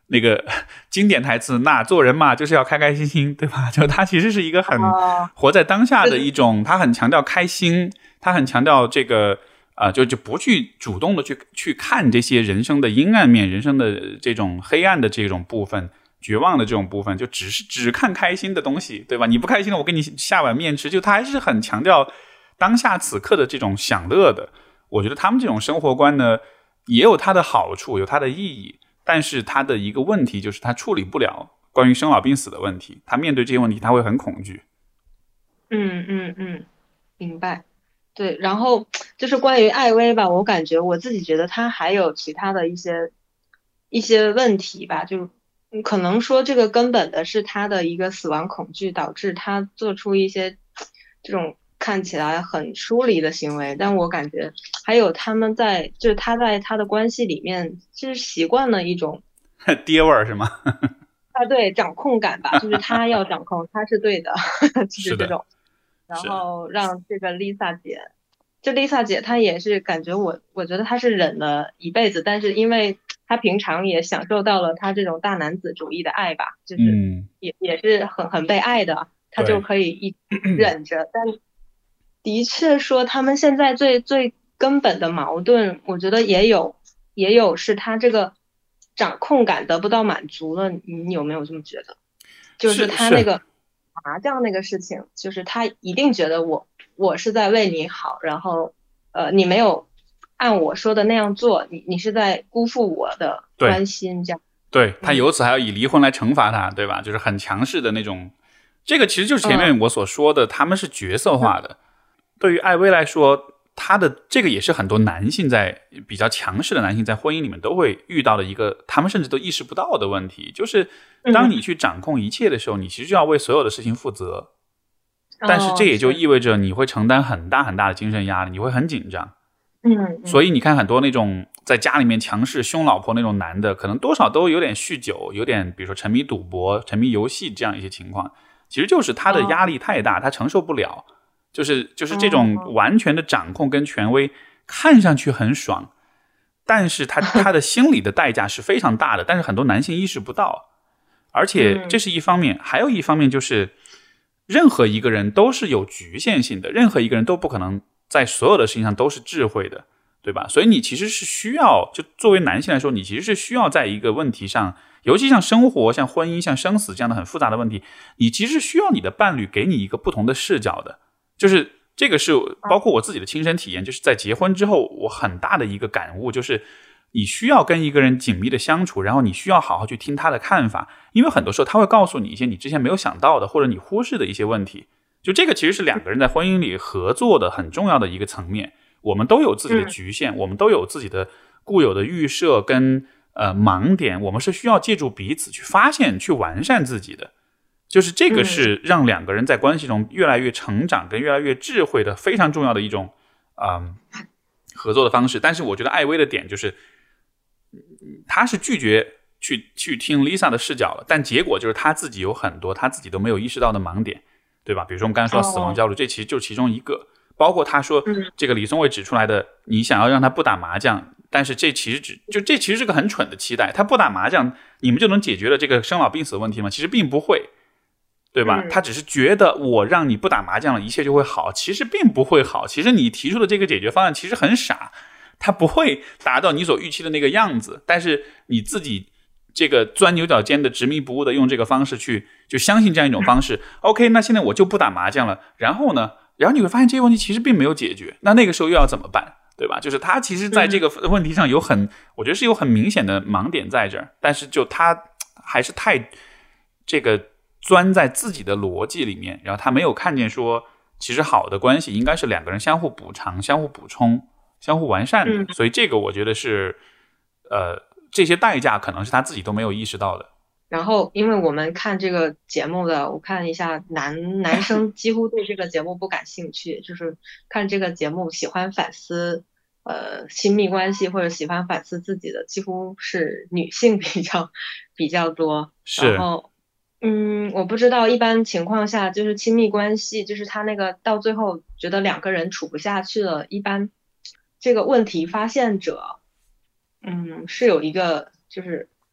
[SPEAKER 1] 那个经典台词，那做人嘛就是要开开心心，对吧？就他其实是一个很活在当下的一种，他很强调开心，他很强调这个啊、呃，就就不去主动的去去看这些人生的阴暗面，人生的这种黑暗的这种部分，绝望的这种部分，就只是只看开心的东西，对吧？你不开心了，我给你下碗面吃，就他还是很强调当下此刻的这种享乐的。我觉得他们这种生活观呢，也有它的好处，有它的意义，但是他的一个问题就是他处理不了关于生老病死的问题，他面对这些问题他会很恐惧。
[SPEAKER 2] 嗯嗯嗯，明白。对，然后就是关于艾薇吧，我感觉我自己觉得她还有其他的一些一些问题吧，就可能说这个根本的是她的一个死亡恐惧导致她做出一些这种看起来很疏离的行为，但我感觉还有他们在就是她在她的关系里面就是习惯了一种
[SPEAKER 1] 爹味儿是吗？
[SPEAKER 2] 啊，对，掌控感吧，就是她要掌控，她是对的，就是这种。然后让这个 Lisa 姐，就 Lisa 姐她也是感觉我我觉得她是忍了一辈子，但是因为她平常也享受到了她这种大男子主义的爱吧，就是也、嗯、也是很很被爱的，她就可以一忍着。但的确说他们现在最最根本的矛盾，我觉得也有也有是她这个掌控感得不到满足了，你有没有这么觉得？就是她那个麻将那个事情，就是他一定觉得我我是在为你好，然后呃你没有按我说的那样做，你你是在辜负我的关心，这样。
[SPEAKER 1] 对，他由此还要以离婚来惩罚他，对吧？就是很强势的那种。这个其实就是前面我所说的，嗯、他们是角色化的。对于艾薇来说，他的这个也是很多男性在比较强势的男性在婚姻里面都会遇到的一个，他们甚至都意识不到的问题，就是当你去掌控一切的时候，嗯、你其实就要为所有的事情负责，但是这也就意味着你会承担很大很大的精神压力，你会很紧张。
[SPEAKER 2] 嗯，
[SPEAKER 1] 所以你看很多那种在家里面强势凶老婆那种男的，可能多少都有点酗酒，有点比如说沉迷赌博、沉迷游戏这样一些情况，其实就是他的压力太大，他承受不了。就是就是这种完全的掌控跟权威，看上去很爽，但是他他的心理的代价是非常大的，但是很多男性意识不到，而且这是一方面，还有一方面就是任何一个人都是有局限性的，任何一个人都不可能在所有的事情上都是智慧的，对吧？所以你其实是需要，就作为男性来说，你其实是需要在一个问题上，尤其像生活、像婚姻、像生死这样的很复杂的问题，你其实需要你的伴侣给你一个不同的视角的。就是这个是包括我自己的亲身体验，就是在结婚之后我很大的一个感悟，就是你需要跟一个人紧密的相处，然后你需要好好去听他的看法，因为很多时候他会告诉你一些你之前没有想到的或者你忽视的一些问题，就这个其实是两个人在婚姻里合作的很重要的一个层面。我们都有自己的局限，我们都有自己的固有的预设跟呃盲点，我们是需要借助彼此去发现去完善自己的，就是这个是让两个人在关系中越来越成长跟越来越智慧的非常重要的一种嗯合作的方式。但是我觉得艾薇的点就是他是拒绝去去听 Lisa 的视角了，但结果就是他自己有很多他自己都没有意识到的盲点，对吧？比如说我们刚才说死亡焦虑，这其实就是其中一个，包括他说这个李松蔚指出来的，你想要让他不打麻将，但是这其实只就这其实是个很蠢的期待，他不打麻将你们就能解决了这个生老病死的问题吗？其实并不会，对吧？他只是觉得我让你不打麻将了，一切就会好，其实并不会好。其实你提出的这个解决方案其实很傻，它不会达到你所预期的那个样子。但是你自己这个钻牛角尖的、执迷不悟的用这个方式去，就相信这样一种方式。OK， 那现在我就不打麻将了。然后呢？然后你会发现这些问题其实并没有解决。那那个时候又要怎么办？对吧？就是他其实在这个问题上有很，我觉得是有很明显的盲点在这儿，但是就他还是太这个。钻在自己的逻辑里面，然后他没有看见说其实好的关系应该是两个人相互补偿、相互补充、相互完善的、嗯、所以这个我觉得是呃这些代价可能是他自己都没有意识到的。
[SPEAKER 2] 然后因为我们看这个节目的，我看一下男男生几乎对这个节目不感兴趣就是看这个节目喜欢反思呃亲密关系或者喜欢反思自己的几乎是女性比较比较多。
[SPEAKER 1] 是，
[SPEAKER 2] 然后嗯，我不知道一般情况下就是亲密关系，就是他那个到最后觉得两个人处不下去了，一般这个问题发现者嗯是有一个就是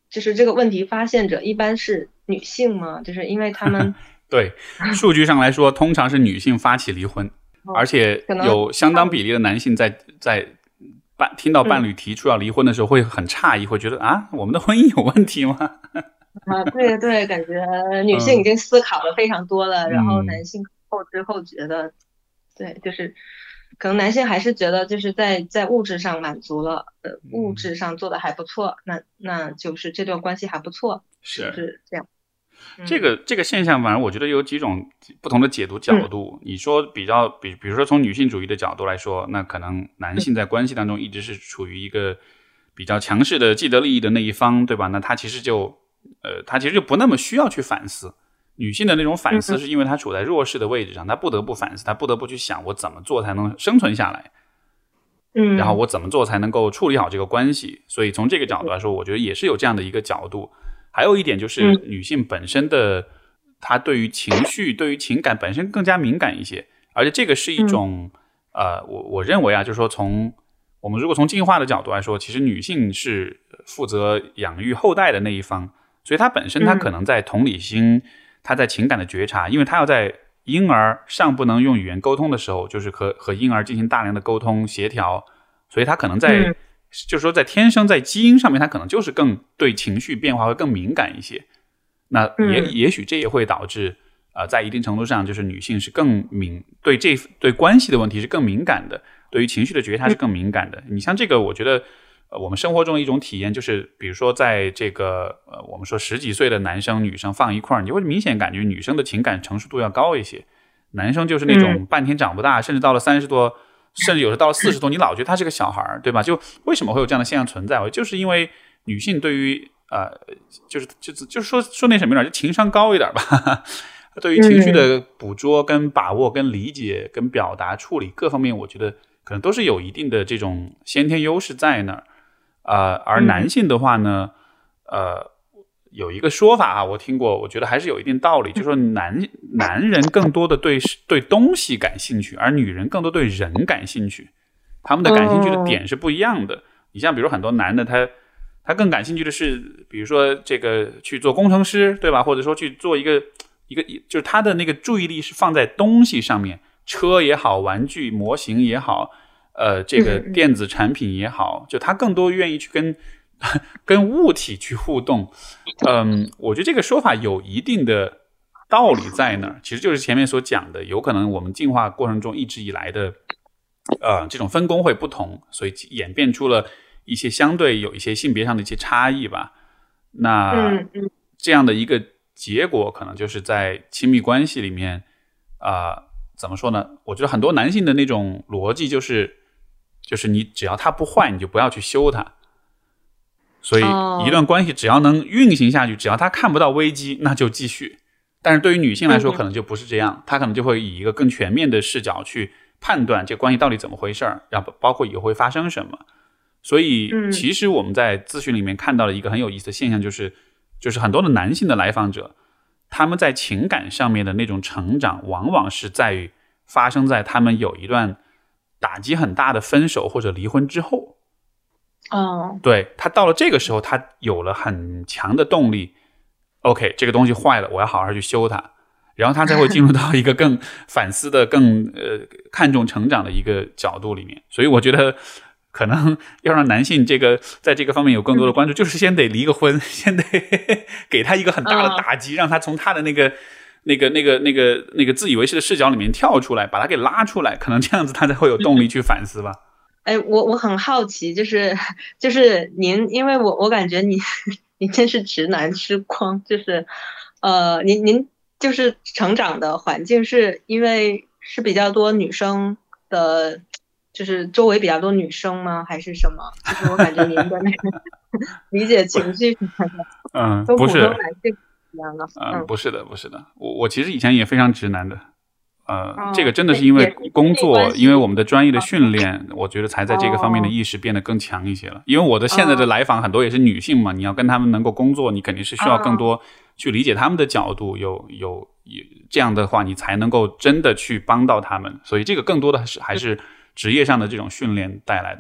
[SPEAKER 2] 就是这个问题发现者一般是女性吗？就是因为他们
[SPEAKER 1] 对，数据上来说，通常是女性发起离婚，而且有相当比例的男性在在伴听到伴侣提出要离婚的时候，会很诧异，会觉得啊，我们的婚姻有问题吗？
[SPEAKER 2] 啊，对对，感觉女性已经思考的非常多了，
[SPEAKER 1] 嗯、
[SPEAKER 2] 然后男性后知后觉的，对，就是可能男性还是觉得就是在在物质上满足了，呃，物质上做的还不错，那那就是这段关系还不错，
[SPEAKER 1] 是
[SPEAKER 2] 不是这样？
[SPEAKER 1] 这个这个现象，反正我觉得有几种不同的解读角度。嗯、你说比较比，比如说从女性主义的角度来说，那可能男性在关系当中一直是处于一个比较强势的既得利益的那一方，对吧？那他其实就呃，他其实就不那么需要去反思。女性的那种反思，是因为她处在弱势的位置上，她不得不反思，她不得不去想我怎么做才能生存下来。
[SPEAKER 2] 嗯，
[SPEAKER 1] 然后我怎么做才能够处理好这个关系？所以从这个角度来说，我觉得也是有这样的一个角度。还有一点就是女性本身的，她对于情绪、对于情感本身更加敏感一些，而且这个是一种，呃，我我认为啊，就是说从我们如果从进化的角度来说，其实女性是负责养育后代的那一方，所以她本身她可能在同理心，她在情感的觉察，因为她要在婴儿尚不能用语言沟通的时候，就是和和婴儿进行大量的沟通协调，所以她可能在。嗯就是说在天生在基因上面，他可能就是更对情绪变化会更敏感一些。那也、嗯、也许这也会导致呃，在一定程度上就是女性是更敏对这对关系的问题是更敏感的，对于情绪的觉察是更敏感的。嗯、你像这个我觉得呃，我们生活中一种体验就是比如说在这个呃，我们说十几岁的男生女生放一块儿，你会明显感觉女生的情感成熟度要高一些，男生就是那种半天长不大，嗯、甚至到了三十多甚至有时到了四十多，你老觉得他是个小孩，对吧？就为什么会有这样的现象存在？就是因为女性对于呃，就是就是就是说说那什么点，就情商高一点吧。对于情绪的捕捉、跟把握、跟理解、跟表达、处理各方面，我觉得可能都是有一定的这种先天优势在那儿。呃，而男性的话呢，呃。有一个说法啊，我听过，我觉得还是有一定道理，就是说男男人更多的对对东西感兴趣，而女人更多对人感兴趣，他们的感兴趣的点是不一样的。你像比如很多男的他他更感兴趣的是，比如说这个去做工程师，对吧？或者说去做一个一个，就是他的那个注意力是放在东西上面，车也好，玩具模型也好，呃，这个电子产品也好，就他更多愿意去跟。跟物体去互动，嗯，我觉得这个说法有一定的道理在那儿，其实就是前面所讲的，有可能我们进化过程中一直以来的，呃，这种分工会不同，所以演变出了一些相对有一些性别上的一些差异吧。那这样的一个结果，可能就是在亲密关系里面，啊、呃，怎么说呢？我觉得很多男性的那种逻辑就是，就是你只要他不坏，你就不要去修他。所以一段关系只要能运行下去，只要他看不到危机，那就继续。但是对于女性来说可能就不是这样，她可能就会以一个更全面的视角去判断这个关系到底怎么回事，然后包括以后会发生什么。所以其实我们在咨询里面看到了一个很有意思的现象，就是就是很多的男性的来访者，他们在情感上面的那种成长往往是在于发生在他们有一段打击很大的分手或者离婚之后。
[SPEAKER 2] 哦，
[SPEAKER 1] 对，他到了这个时候，他有了很强的动力。OK， 这个东西坏了，我要好好去修它，然后他才会进入到一个更反思的、更呃看重成长的一个角度里面。所以我觉得，可能要让男性这个在这个方面有更多的关注，就是先得离个婚，先得给他一个很大的打击，让他从他的那个、那个、那个、那个、那个自以为是的视角里面跳出来，把他给拉出来，可能这样子他才会有动力去反思吧。
[SPEAKER 2] 哎，我我很好奇，就是就是您，因为我我感觉你你真是直男之光，就是呃，您您就是成长的环境是因为是比较多女生的，就是周围比较多女生吗？还是什么？就是我感觉您的那个理解情绪什么的，
[SPEAKER 1] 嗯，不是，
[SPEAKER 2] 男性一样的，
[SPEAKER 1] 嗯，不是的，不是的，我我其实以前也非常直男的。呃，这个真的是因为工作，因为我们的专业的训练，我觉得才在这个方面的意识变得更强一些了。因为我的现在的来访很多也是女性嘛，你要跟她们能够工作，你肯定是需要更多去理解她们的角度，有有有这样的话，你才能够真的去帮到她们。所以这个更多的是还是职业上的这种训练带来的。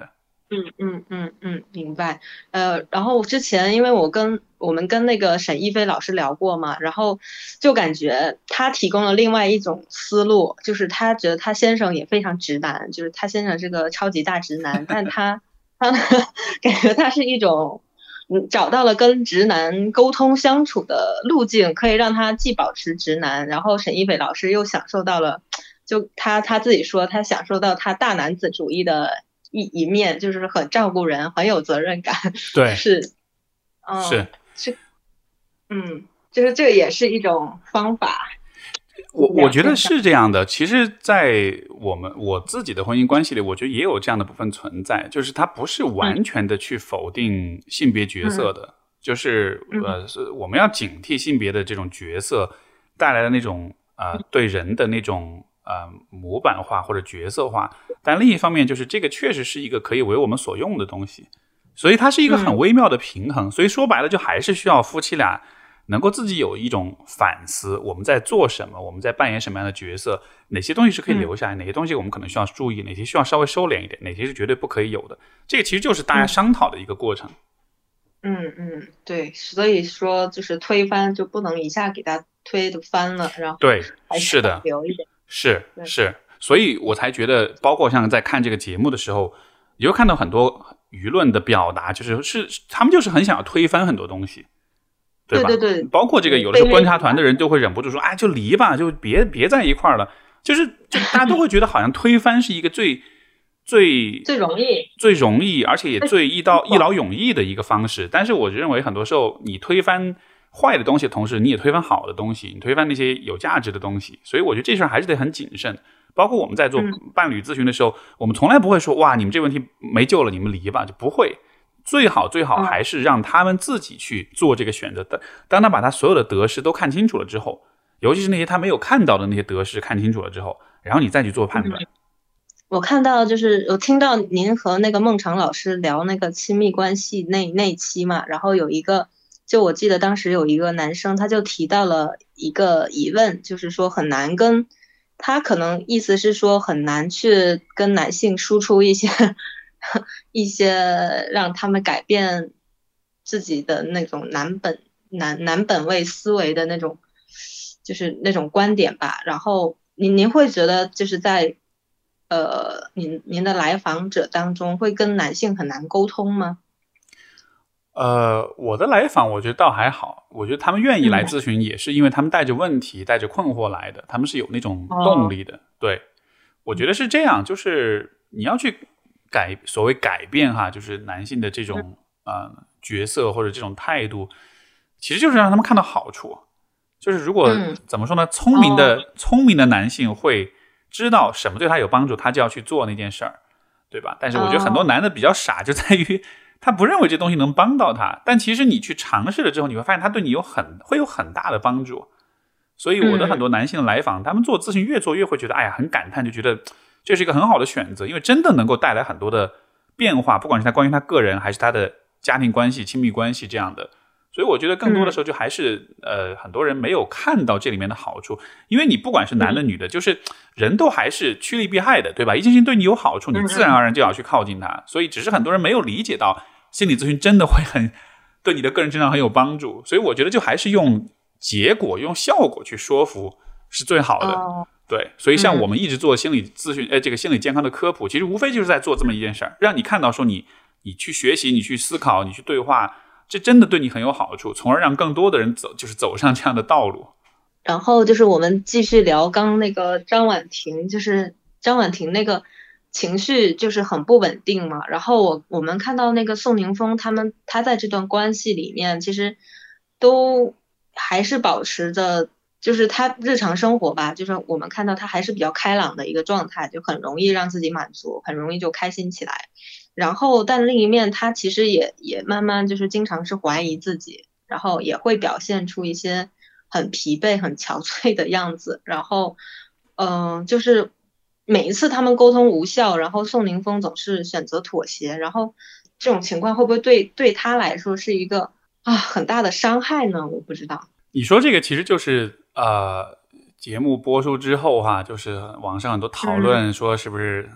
[SPEAKER 2] 嗯嗯嗯嗯，明白。呃，然后之前因为我跟我们跟那个沈一飞老师聊过嘛，然后就感觉他提供了另外一种思路，就是他觉得他先生也非常直男，就是他先生是个超级大直男，但他他感觉他是一种嗯找到了跟直男沟通相处的路径，可以让他既保持直男，然后沈一飞老师又享受到了，就他他自己说他享受到他大男子主义的。一一面就是很照顾人，很有责任感，就
[SPEAKER 1] 对，
[SPEAKER 2] 是，嗯，
[SPEAKER 1] 是。
[SPEAKER 2] 是，嗯，就是这也是一种方法，
[SPEAKER 1] 我我觉得
[SPEAKER 2] 两线上，
[SPEAKER 1] 是这样的，其实，在我们我自己的婚姻关系里，我觉得也有这样的部分存在，就是它不是
[SPEAKER 2] 嗯
[SPEAKER 1] 完全的去否定性别角色
[SPEAKER 2] 嗯
[SPEAKER 1] 的，就是
[SPEAKER 2] 嗯
[SPEAKER 1] 呃，是我们要警惕性别的这种角色带来的那种呃对人的那种呃模板化或者角色化，但另一方面，就是这个确实是一个可以为我们所用的东西，所以它是一个很
[SPEAKER 2] 嗯
[SPEAKER 1] 微妙的平衡，所以说白了，就还是需要夫妻俩能够自己有一种反思，我们在做什么，我们在扮演什么样的角色，哪些东西是可以留下来，哪些东西我们可能需要注意，哪些需要稍微收敛一点，哪些是绝对不可以有的。这个其实就是大家
[SPEAKER 2] 嗯
[SPEAKER 1] 商讨的一个过程。
[SPEAKER 2] 嗯嗯，对，所以说就是推翻就不能一下给他推的翻了，然后
[SPEAKER 1] 对，
[SPEAKER 2] 还是要
[SPEAKER 1] 是的，
[SPEAKER 2] 留一点，
[SPEAKER 1] 是
[SPEAKER 2] 对，
[SPEAKER 1] 是，所以我才觉得，包括像在看这个节目的时候，你会看到很多舆论的表达，就是是他们就是很想要推翻很多东西。对吧？
[SPEAKER 2] 对对对，
[SPEAKER 1] 包括这个，
[SPEAKER 2] 对
[SPEAKER 1] 有的时候
[SPEAKER 2] 卑劣
[SPEAKER 1] 观察团的人就会忍不住说：“啊，就离吧，就别别在一块儿了。”就是就大家都会觉得好像推翻是一个最最
[SPEAKER 2] 最容易，
[SPEAKER 1] 最容易，而且也最一刀
[SPEAKER 2] 最
[SPEAKER 1] 一劳永逸的一个方式。但是我认为很多时候，你推翻坏的东西的同时，你也推翻好的东西，你推翻那些有价值的东西。所以我觉得这事儿还是得很谨慎。包括我们在做
[SPEAKER 2] 嗯
[SPEAKER 1] 伴侣咨询的时候，我们从来不会说：“哇，你们这个问题没救了，你们离吧。”就不会。最好最好还是让他们自己去做这个选择的。当他把他所有的得失都看清楚了之后，尤其是那些他没有看到的那些得失看清楚了之后，然后你再去做判断。
[SPEAKER 2] 嗯我看到就是我听到您和那个孟尝老师聊那个亲密关系那那一期嘛，然后有一个，就我记得当时有一个男生他就提到了一个疑问，就是说很难跟他可能意思是说很难去跟男性输出一些一些让他们改变自己的那种男本男男本位思维的那种，就是那种观点吧。然后您您会觉得就是在呃，您您的来访者当中会跟男性很难沟通吗？
[SPEAKER 1] 呃，我的来访我觉得倒还好，我觉得他们愿意来
[SPEAKER 2] 嗯，
[SPEAKER 1] 咨询也是因为他们带着问题、带着困惑来的，他们是有那种动
[SPEAKER 2] 哦，
[SPEAKER 1] 力的。对，我觉得是这样，就是你要去改所谓改变哈，就是男性的这种呃角色或者这种态度，其实就是让他们看到好处。就是如果
[SPEAKER 2] 嗯，
[SPEAKER 1] 怎么说呢，聪明
[SPEAKER 2] 哦，
[SPEAKER 1] 的聪明的男性会知道什么对他有帮助，他就要去做那件事儿，对吧？但是我觉得很多
[SPEAKER 2] 哦，
[SPEAKER 1] 男的比较傻，就在于他不认为这东西能帮到他，但其实你去尝试了之后，你会发现他对你有很会有很大的帮助。所以我的很
[SPEAKER 2] 嗯
[SPEAKER 1] 多男性来访，他们做咨询越做越会觉得，哎呀，很感叹，就觉得这是一个很好的选择，因为真的能够带来很多的变化，不管是他关于他个人，还是他的家庭关系、亲密关系这样的。所以我觉得更多的
[SPEAKER 2] 嗯
[SPEAKER 1] 时候就还是呃，很多人没有看到这里面的好处，因为你不管是男的
[SPEAKER 2] 嗯
[SPEAKER 1] 女的，就是人都还是趋利避害的，对吧？一件事情对你有好处，你
[SPEAKER 2] 嗯
[SPEAKER 1] 自然而然就要去靠近它。所以只是很多人没有理解到，心理咨询真的会很对你的个人成长很有帮助。所以我觉得就还是用结果、用效果去说服是最好的。
[SPEAKER 2] 哦，
[SPEAKER 1] 对，所以像
[SPEAKER 2] 嗯
[SPEAKER 1] 我们一直做心理咨询，呃，这个心理健康的科普，其实无非就是在做这么一件事儿，让你看到说你你去学习，你去思考，你去对话。这真的对你很有好处，从而让更多的人走，就是走上这样的道路。
[SPEAKER 2] 然后就是我们继续聊刚那个张婉婷，就是张婉婷那个情绪就是很不稳定嘛。然后我我们看到那个宋宁峰他们他在这段关系里面，其实都还是保持着，就是他日常生活吧，就是我们看到他还是比较开朗的一个状态，就很容易让自己满足，很容易就开心起来。然后，但另一面，他其实也也慢慢就是经常是怀疑自己，然后也会表现出一些很疲惫、很憔悴的样子。然后，嗯、呃就是每一次他们沟通无效，然后宋宁峰总是选择妥协。然后这种情况会不会对对他来说是一个啊很大的伤害呢？我不知道。
[SPEAKER 1] 你说这个其实就是呃，节目播出之后哈，就是网上很多讨论说是不是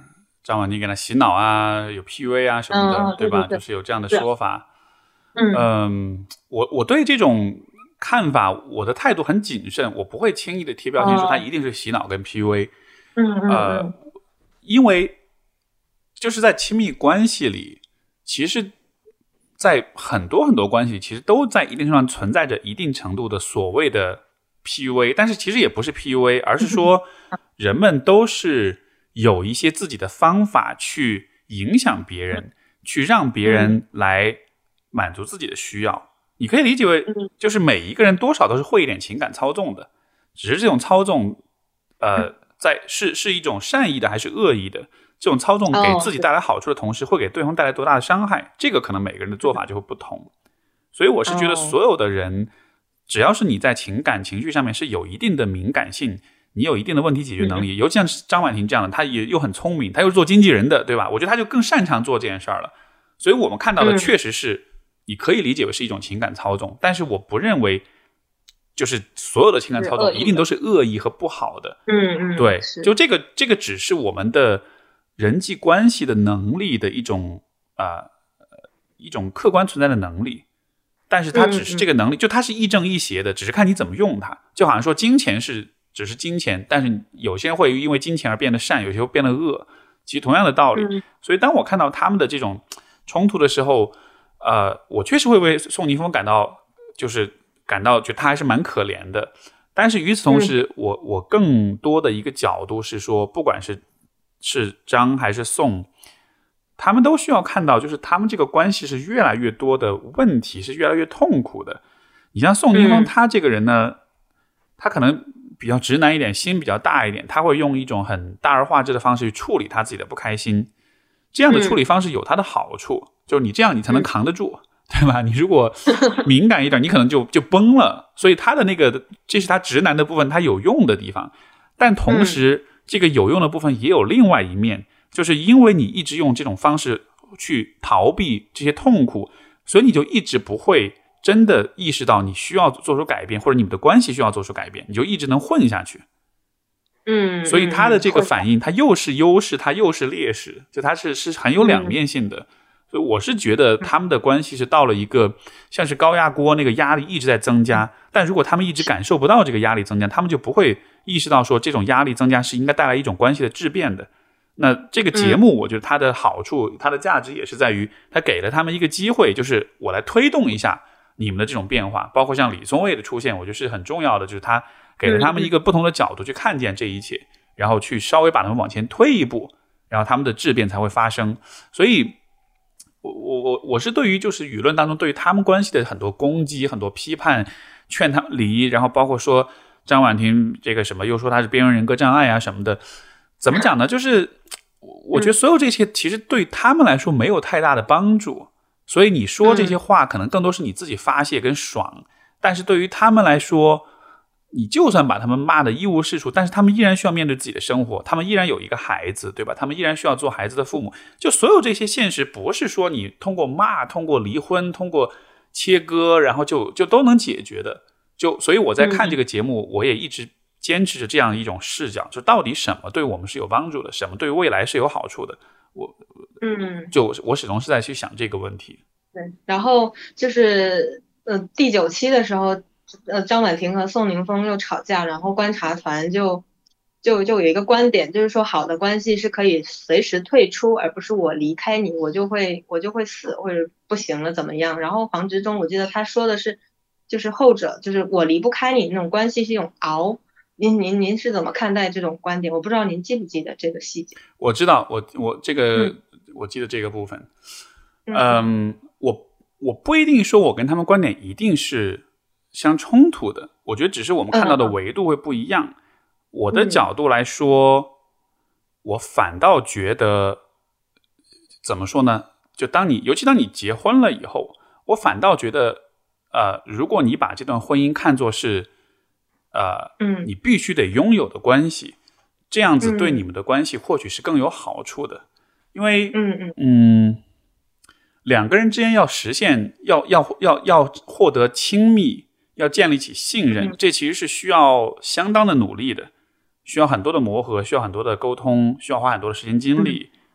[SPEAKER 1] 张婉婷给他洗脑啊，有 P U A 啊什么的，
[SPEAKER 2] 嗯、
[SPEAKER 1] 对吧？
[SPEAKER 2] 对对对，
[SPEAKER 1] 就是有这样的说法。
[SPEAKER 2] 嗯
[SPEAKER 1] 嗯，我我对这种看法，我的态度很谨慎，我不会轻易的贴标签说他一定是洗脑跟 P U A。
[SPEAKER 2] 嗯嗯
[SPEAKER 1] 呃，
[SPEAKER 2] 嗯，
[SPEAKER 1] 因为就是在亲密关系里，其实，在很多很多关系，其实都在一定程度上存在着一定程度的所谓的 P U A， 但是其实也不是 P U A， 而是说人们都是有一些自己的方法去影响别人，去让别人来满足自己的需要。你可以理解为，就是每一个人多少都是会一点情感操纵的，只是这种操纵，呃，在是是一种善意的还是恶意的？这种操纵给自己带来好处的同时，会给对方带来多大的伤害？这个可能每个人的做法就会不同。所以我是觉得，所有的人，只要是你在情感情绪上面是有一定的敏感性，你有一定的问题解决能力，尤其像张婉婷这样的，她也又很聪明，她又是做经纪人的，对吧？我觉得她就更擅长做这件事儿了。所以我们看到的确实是，你可以理解为是一种情感操纵，但是我不认为就是所有的情感操纵一定都是恶意和不好的。
[SPEAKER 2] 嗯嗯，
[SPEAKER 1] 对，就这个这个只是我们的人际关系的能力的一种啊、呃、一种客观存在的能力，但是它只是这个能力，就它是亦正亦邪的，只是看你怎么用它。就好像说金钱是只是金钱，但是有些人会因为金钱而变得善，有些会变得恶，其实同样的道理。所以当我看到他们的这种冲突的时候，呃，我确实会为宋宁峰感到就是感到觉得他还是蛮可怜的。但是与此同时，我我更多的一个角度是说，不管是是张还是宋，他们都需要看到，就是他们这个关系是越来越多的问题，是越来越痛苦的。你像宋宁峰他这个人呢、嗯、他可能比较直男一点，心比较大一点，他会用一种很大而化之的方式去处理他自己的不开心。这样的处理方式有它的好处、嗯、就是你这样你才能扛得住、嗯、对吧？你如果敏感一点，你可能就就崩了。所以他的那个，这是他直男的部分，他有用的地方。但同时、嗯、这个有用的部分也有另外一面，就是因为你一直用这种方式去逃避这些痛苦，所以你就一直不会真的意识到你需要做出改变，或者你们的关系需要做出改变，你就一直能混下去。
[SPEAKER 2] 嗯，
[SPEAKER 1] 所以他的这个反应，他又是优势，他又是劣势，就他是是很有两面性的。嗯、所以我是觉得他们的关系是到了一个像是高压锅，那个压力一直在增加。但如果他们一直感受不到这个压力增加，他们就不会意识到说这种压力增加是应该带来一种关系的质变的。那这个节目，我觉得它的好处、嗯、它的价值也是在于，它给了他们一个机会，就是我来推动一下你们的这种变化。包括像李松蔚的出现，我觉得是很重要的，就是他给了他们一个不同的角度去看见这一切，然后去稍微把他们往前推一步，然后他们的质变才会发生。所以我我我是对于就是舆论当中对于他们关系的很多攻击、很多批判，劝他们离，然后包括说张婉婷这个什么又说他是边缘人格障碍啊什么的，怎么讲呢？就是我觉得所有这些其实对他们来说没有太大的帮助，所以你说这些话可能更多是你自己发泄跟爽，但是对于他们来说，你就算把他们骂得一无是处，但是他们依然需要面对自己的生活，他们依然有一个孩子，对吧？他们依然需要做孩子的父母。就所有这些现实，不是说你通过骂、通过离婚、通过切割，然后就就都能解决的。就所以我在看这个节目，我也一直坚持着这样一种视角，就到底什么对我们是有帮助的，什么对未来是有好处的。我
[SPEAKER 2] 嗯，
[SPEAKER 1] 就我始终是在去想这个问题。
[SPEAKER 2] 对，然后就是呃第九期的时候。呃，张婉婷和宋宁峰又吵架，然后观察团就就就有一个观点，就是说好的关系是可以随时退出，而不是我离开你，我就会我就会死或者不行了怎么样。然后黄执中我记得他说的是，就是后者，就是我离不开你那种关系是一种熬。您您您是怎么看待这种观点？我不知道您记不记得这个细节。
[SPEAKER 1] 我知道，我我这个、嗯、我记得这个部分。嗯，嗯我我不一定说我跟他们观点一定是相冲突的，我觉得只是我们看到的维度会不一样。嗯、我的角度来说、嗯，我反倒觉得怎么说呢？就当你，尤其当你结婚了以后，我反倒觉得，呃，如果你把这段婚姻看作是，呃，嗯，你必须得拥有的关系，这样子对你们的关系或许是更有好处的，嗯、因为，嗯嗯嗯，两个人之间要实现，要要要要获得亲密。要建立起信任，这其实是需要相当的努力的，需要很多的磨合，需要很多的沟通，需要花很多的时间精力，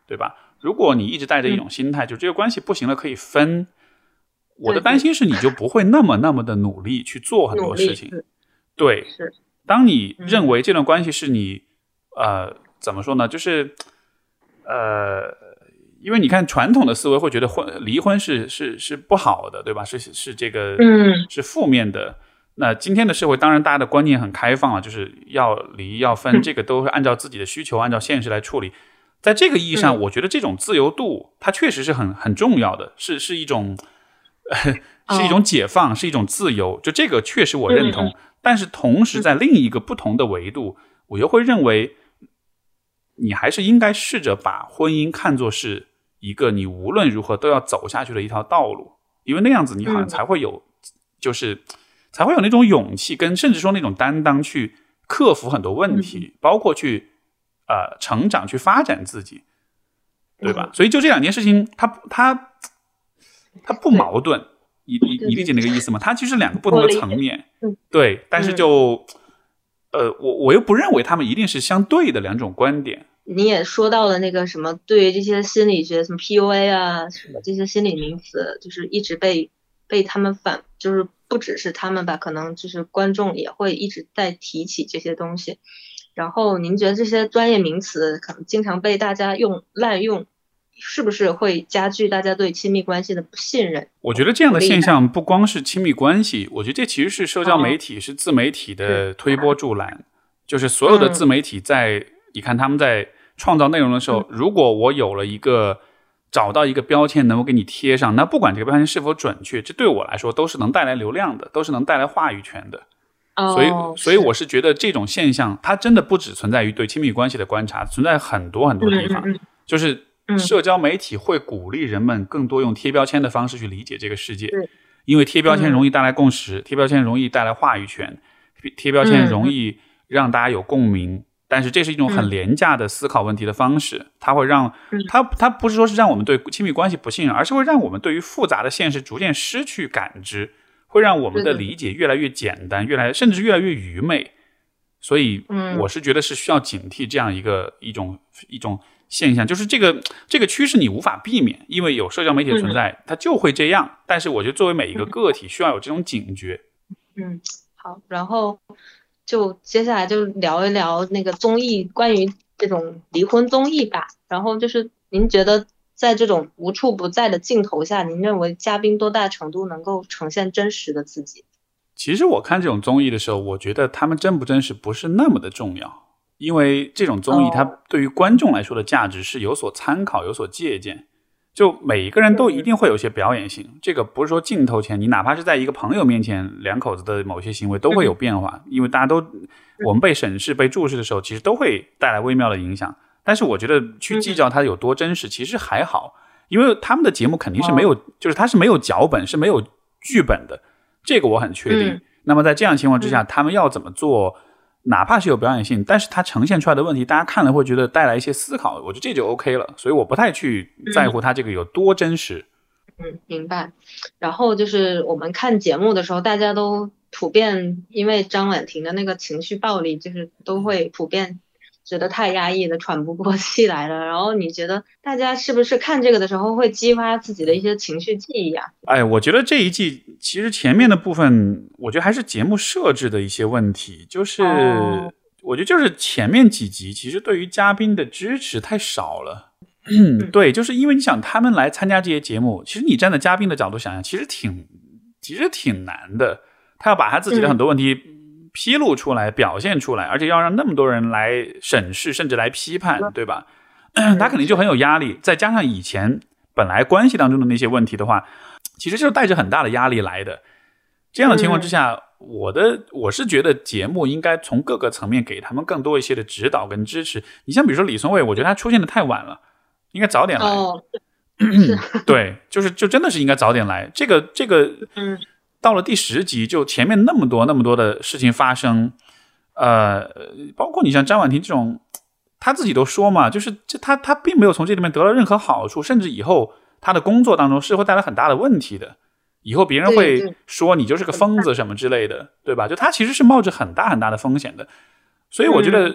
[SPEAKER 1] 对吧？如果你一直带着一种心态，就这个关系不行了可以分，我的担心是你就不会那么那么的努力去做很多事情。对，当你认为这段关系是你呃怎么说呢，就是呃因为你看传统的思维会觉得婚离婚是是是不好的，对吧？是是这个
[SPEAKER 2] 嗯
[SPEAKER 1] 是负面的。那今天的社会当然大家的观念很开放啊，就是要离要分，这个都是按照自己的需求按照现实来处理。在这个意义上，
[SPEAKER 2] 嗯、
[SPEAKER 1] 我觉得这种自由度它确实是很很重要的，是是一种是一种解放、哦、是一种自由，就这个确实我认同、嗯、但是同时在另一个不同的维度、嗯、我又会认为你还是应该试着把婚姻看作是一个你无论如何都要走下去的一条道路，因为那样子你好像才会有、嗯、就是才会有那种勇气跟甚至说那种担当去克服很多问题、嗯、包括去呃成长去发展自己，对吧、嗯、所以就这两件事情它它它不矛盾，你你你理解那个意思吗？它其实两个不同的层面，对，但是就、嗯、呃我我又不认为他们一定是相对的两种观点。
[SPEAKER 2] 你也说到了那个什么对于这些心理学什么 P U A 啊什么这些心理名词，就是一直被被他们反，就是不只是他们吧，可能就是观众也会一直在提起这些东西。然后您觉得这些专业名词可能经常被大家用滥用，是不是会加剧大家对亲密关系的不信任？
[SPEAKER 1] 我觉得这样的现象不光是亲密关系，我觉得这其实是社交媒体、哦、是自媒体的推波助澜、嗯、就是所有的自媒体在、嗯、你看他们在创造内容的时候、嗯、如果我有了一个找到一个标签能够给你贴上，那不管这个标签是否准确，这对我来说都是能带来流量的，都是能带来话语权的。
[SPEAKER 2] 哦、
[SPEAKER 1] 所以所以我是觉得这种现象它真的不只存在于对亲密关系的观察，存在很多很多地方、
[SPEAKER 2] 嗯、
[SPEAKER 1] 就是社交媒体会鼓励人们更多用贴标签的方式去理解这个世界、嗯、因为贴标签容易带来共识、嗯、贴标签容易带来话语权，贴标签容易让大家有共鸣、嗯，但是这是一种很廉价的思考问题的方式，它会让它它不是说是让我们对亲密关系不信任，而是会让我们对于复杂的现实逐渐失去感知，会让我们的理解越来越简单，越来甚至越来越愚昧。所以我是觉得是需要警惕这样一个一种一种现象，就是这个这个趋势你无法避免，因为有社交媒体的存在，它就会这样。但是我觉得作为每一个个体需要有这种警觉。
[SPEAKER 2] 嗯，好，然后就接下来就聊一聊那个综艺，关于这种离婚综艺吧。然后就是您觉得在这种无处不在的镜头下，您认为嘉宾多大程度能够呈现真实的自己？
[SPEAKER 1] 其实我看这种综艺的时候，我觉得他们真不真实不是那么的重要，因为这种综艺它对于观众来说的价值是有所参考有所借鉴，就每一个人都一定会有些表演性、嗯、这个不是说镜头前你哪怕是在一个朋友面前两口子的某些行为都会有变化、嗯、因为大家都我们被审视被注视的时候其实都会带来微妙的影响，但是我觉得去计较它有多真实其实还好，因为他们的节目肯定是没有、哦、就是它是没有脚本是没有剧本的，这个我很确定、嗯、那么在这样的情况之下、嗯、他们要怎么做哪怕是有表演性，但是它呈现出来的问题大家看了会觉得带来一些思考，我觉得这就 OK 了，所以我不太去在乎它这个有多真实。
[SPEAKER 2] 嗯，明白。然后就是我们看节目的时候大家都普遍因为张婉婷的那个情绪暴力就是都会普遍觉得太压抑的喘不过气来了，然后你觉得大家是不是看这个的时候会激发自己的一些情绪记忆啊？
[SPEAKER 1] 哎，我觉得这一季其实前面的部分我觉得还是节目设置的一些问题，就是、哦、我觉得就是前面几集其实对于嘉宾的支持太少了。嗯，对，就是因为你想他们来参加这些节目，其实你站在嘉宾的角度想想其实挺其实挺难的，他要把他自己的很多问题、嗯披露出来表现出来，而且要让那么多人来审视甚至来批判，对吧？他肯定就很有压力，再加上以前本来关系当中的那些问题的话，其实就是带着很大的压力来的。这样的情况之下、嗯、我的我是觉得节目应该从各个层面给他们更多一些的指导跟支持。你像比如说李松蔚，我觉得他出现的太晚了，应该早点来。
[SPEAKER 2] 哦，
[SPEAKER 1] 对，就是就真的是应该早点来。这个这个
[SPEAKER 2] 嗯
[SPEAKER 1] 到了第十集就前面那么多那么多的事情发生，呃，包括你像张婉婷这种他自己都说嘛，就是这他他并没有从这里面得到任何好处，甚至以后他的工作当中是会带来很大的问题的，以后别人会说你就是个疯子什么之类的， 对, 对吧？就他其实是冒着很大很大的风险的，所以我觉得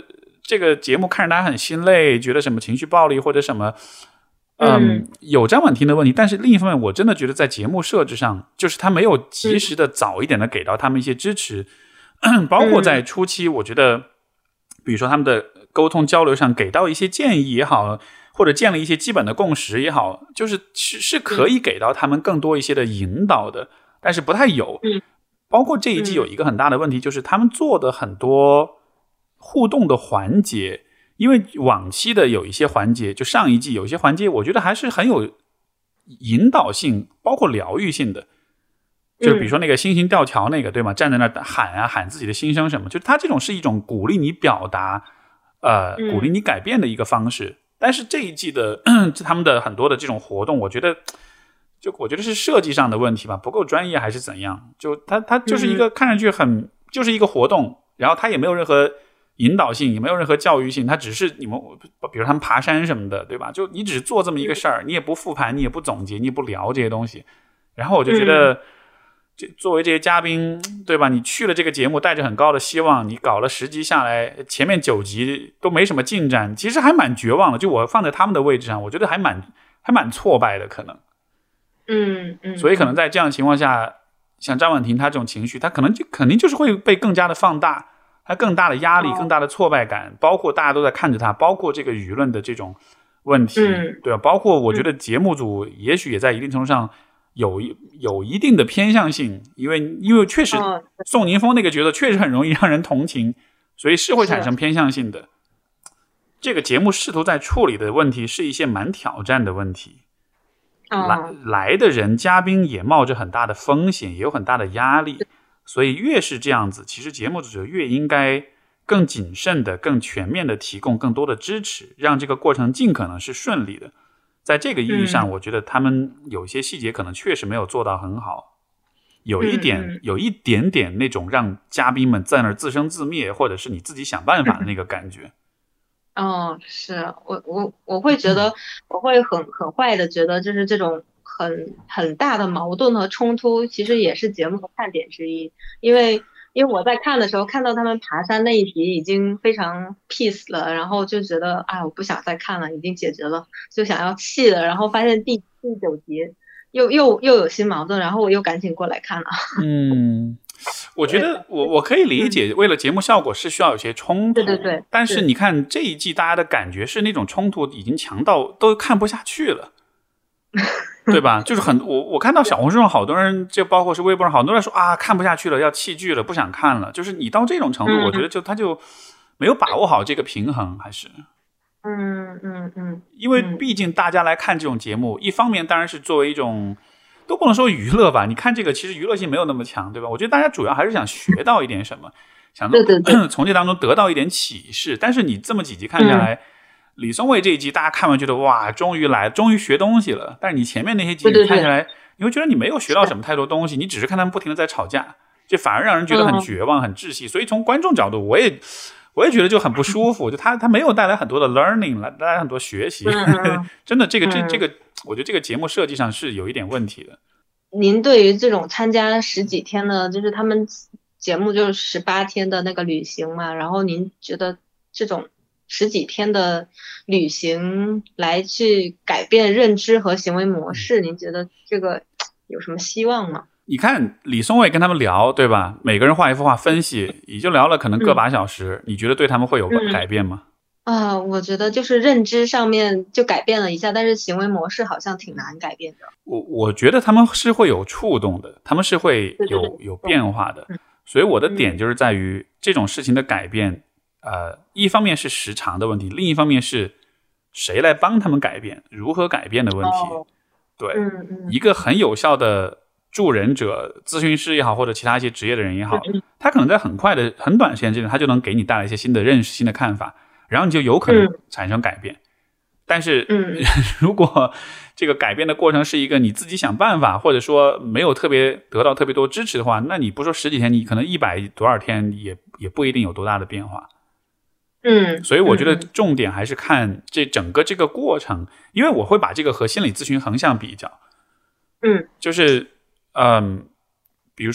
[SPEAKER 1] 这个节目看着大家很心累，觉得什么情绪暴力或者什么。嗯，有张婉婷的问题，但是另一方面，我真的觉得在节目设置上，就是他没有及时的早一点的给到他们一些支持，嗯、包括在初期，我觉得，比如说他们的沟通交流上给到一些建议也好，或者建立一些基本的共识也好，就是是是可以给到他们更多一些的引导的，但是不太有。包括这一季有一个很大的问题，就是他们做的很多互动的环节。因为往期的有一些环节，就上一季有一些环节，我觉得还是很有引导性，包括疗愈性的。就比如说那个星星吊桥那个，对吗？站在那喊啊喊自己的心声什么，就是他这种是一种鼓励你表达，呃，鼓励你改变的一个方式。但是这一季的他们的很多的这种活动，我觉得，就我觉得是设计上的问题吧，不够专业还是怎样？就他他就是一个看上去很就是一个活动，然后他也没有任何引导性，也没有任何教育性，它只是你们比如他们爬山什么的，对吧？就你只做这么一个事儿，你也不复盘，你也不总结，你也不聊这些东西。然后我就觉得这作为这些嘉宾，对吧？你去了这个节目带着很高的希望，你搞了十集下来，前面九集都没什么进展，其实还蛮绝望的。就我放在他们的位置上，我觉得还蛮还蛮挫败的可能。
[SPEAKER 2] 嗯嗯。
[SPEAKER 1] 所以可能在这样的情况下，像张婉婷她这种情绪，她可能就肯定就是会被更加的放大。他更大的压力，更大的挫败感，包括大家都在看着他，包括这个舆论的这种问题，
[SPEAKER 2] 嗯、
[SPEAKER 1] 对吧？包括我觉得节目组也许也在一定程度上有有一定的偏向性，因为因为确实宋宁峰那个角色确实很容易让人同情，所以是会产生偏向性的。这个节目试图在处理的问题是一些蛮挑战的问题，
[SPEAKER 2] 哦、
[SPEAKER 1] 来来的人嘉宾也冒着很大的风险，也有很大的压力。所以越是这样子，其实节目组越应该更谨慎的、更全面的提供更多的支持，让这个过程尽可能是顺利的。在这个意义上，我觉得他们有些细节可能确实没有做到很好，有一点、有一点点那种让嘉宾们在那儿自生自灭，或者是你自己想办法的那个感觉。
[SPEAKER 2] 哦，是我我我会觉得，我会很很坏的觉得，就是这种。很很大的矛盾和冲突，其实也是节目的看点之一。因为因为我在看的时候，看到他们爬山那一集已经非常 peace 了，然后就觉得哎，我不想再看了，已经解决了，就想要弃了。然后发现第第九集又又又有新矛盾，然后我又赶紧过来看了。
[SPEAKER 1] 嗯，我觉得我我可以理解，为了节目效果是需要有些冲突，
[SPEAKER 2] 对对对。
[SPEAKER 1] 但是你看这一季大家的感觉是那种冲突已经强到都看不下去了。对吧？就是很我我看到小红书上好多人，就包括是微博上好多人说啊，看不下去了，要弃剧了，不想看了。就是你到这种程度，
[SPEAKER 2] 嗯、
[SPEAKER 1] 我觉得就他就没有把握好这个平衡，还是
[SPEAKER 2] 嗯嗯嗯。
[SPEAKER 1] 因为毕竟大家来看这种节目，一方面当然是作为一种都不能说娱乐吧，你看这个其实娱乐性没有那么强，对吧？我觉得大家主要还是想学到一点什么，想从这当中得到一点启示。但是你这么几集看下来。嗯李松蔚这一集大家看完觉得哇终于来终于学东西了，但是你前面那些集你看下来，你会觉得你没有学到什么太多东西，你只是看他们不停的在吵架，这反而让人觉得很绝望、嗯、很窒息。所以从观众角度我也我也觉得就很不舒服，就他他没有带来很多的 learning， 带来很多学习、嗯、真的这个这这个我觉得这个节目设计上是有一点问题的。
[SPEAKER 2] 您对于这种参加十几天的就是他们节目就是十八天的那个旅行嘛，然后您觉得这种十几天的旅行来去改变认知和行为模式，您觉得这个有什么希望吗？
[SPEAKER 1] 你看李松蔚跟他们聊，对吧？每个人画一幅画分析，也就聊了可能个把小时、嗯、你觉得对他们会有改变吗？
[SPEAKER 2] 啊、呃，我觉得就是认知上面就改变了一下，但是行为模式好像挺难改变的。
[SPEAKER 1] 我我觉得他们是会有触动的，他们是会有对对对有变化的、嗯、所以我的点就是在于这种事情的改变，呃，一方面是时长的问题，另一方面是谁来帮他们改变，如何改变的问题。
[SPEAKER 2] 哦、
[SPEAKER 1] 对、
[SPEAKER 2] 嗯嗯，
[SPEAKER 1] 一个很有效的助人者，咨询师也好，或者其他一些职业的人也好，他可能在很快的很短时间之内，他就能给你带来一些新的认识、新的看法，然后你就有可能产生改变。嗯、但是、
[SPEAKER 2] 嗯、
[SPEAKER 1] 如果这个改变的过程是一个你自己想办法，或者说没有特别得到特别多支持的话，那你不说十几天，你可能一百多少天也也不一定有多大的变化。
[SPEAKER 2] 嗯，
[SPEAKER 1] 所以我觉得重点还是看这整个这个过程，因为我会把这个和心理咨询横向比较。
[SPEAKER 2] 嗯，
[SPEAKER 1] 就是嗯，比如说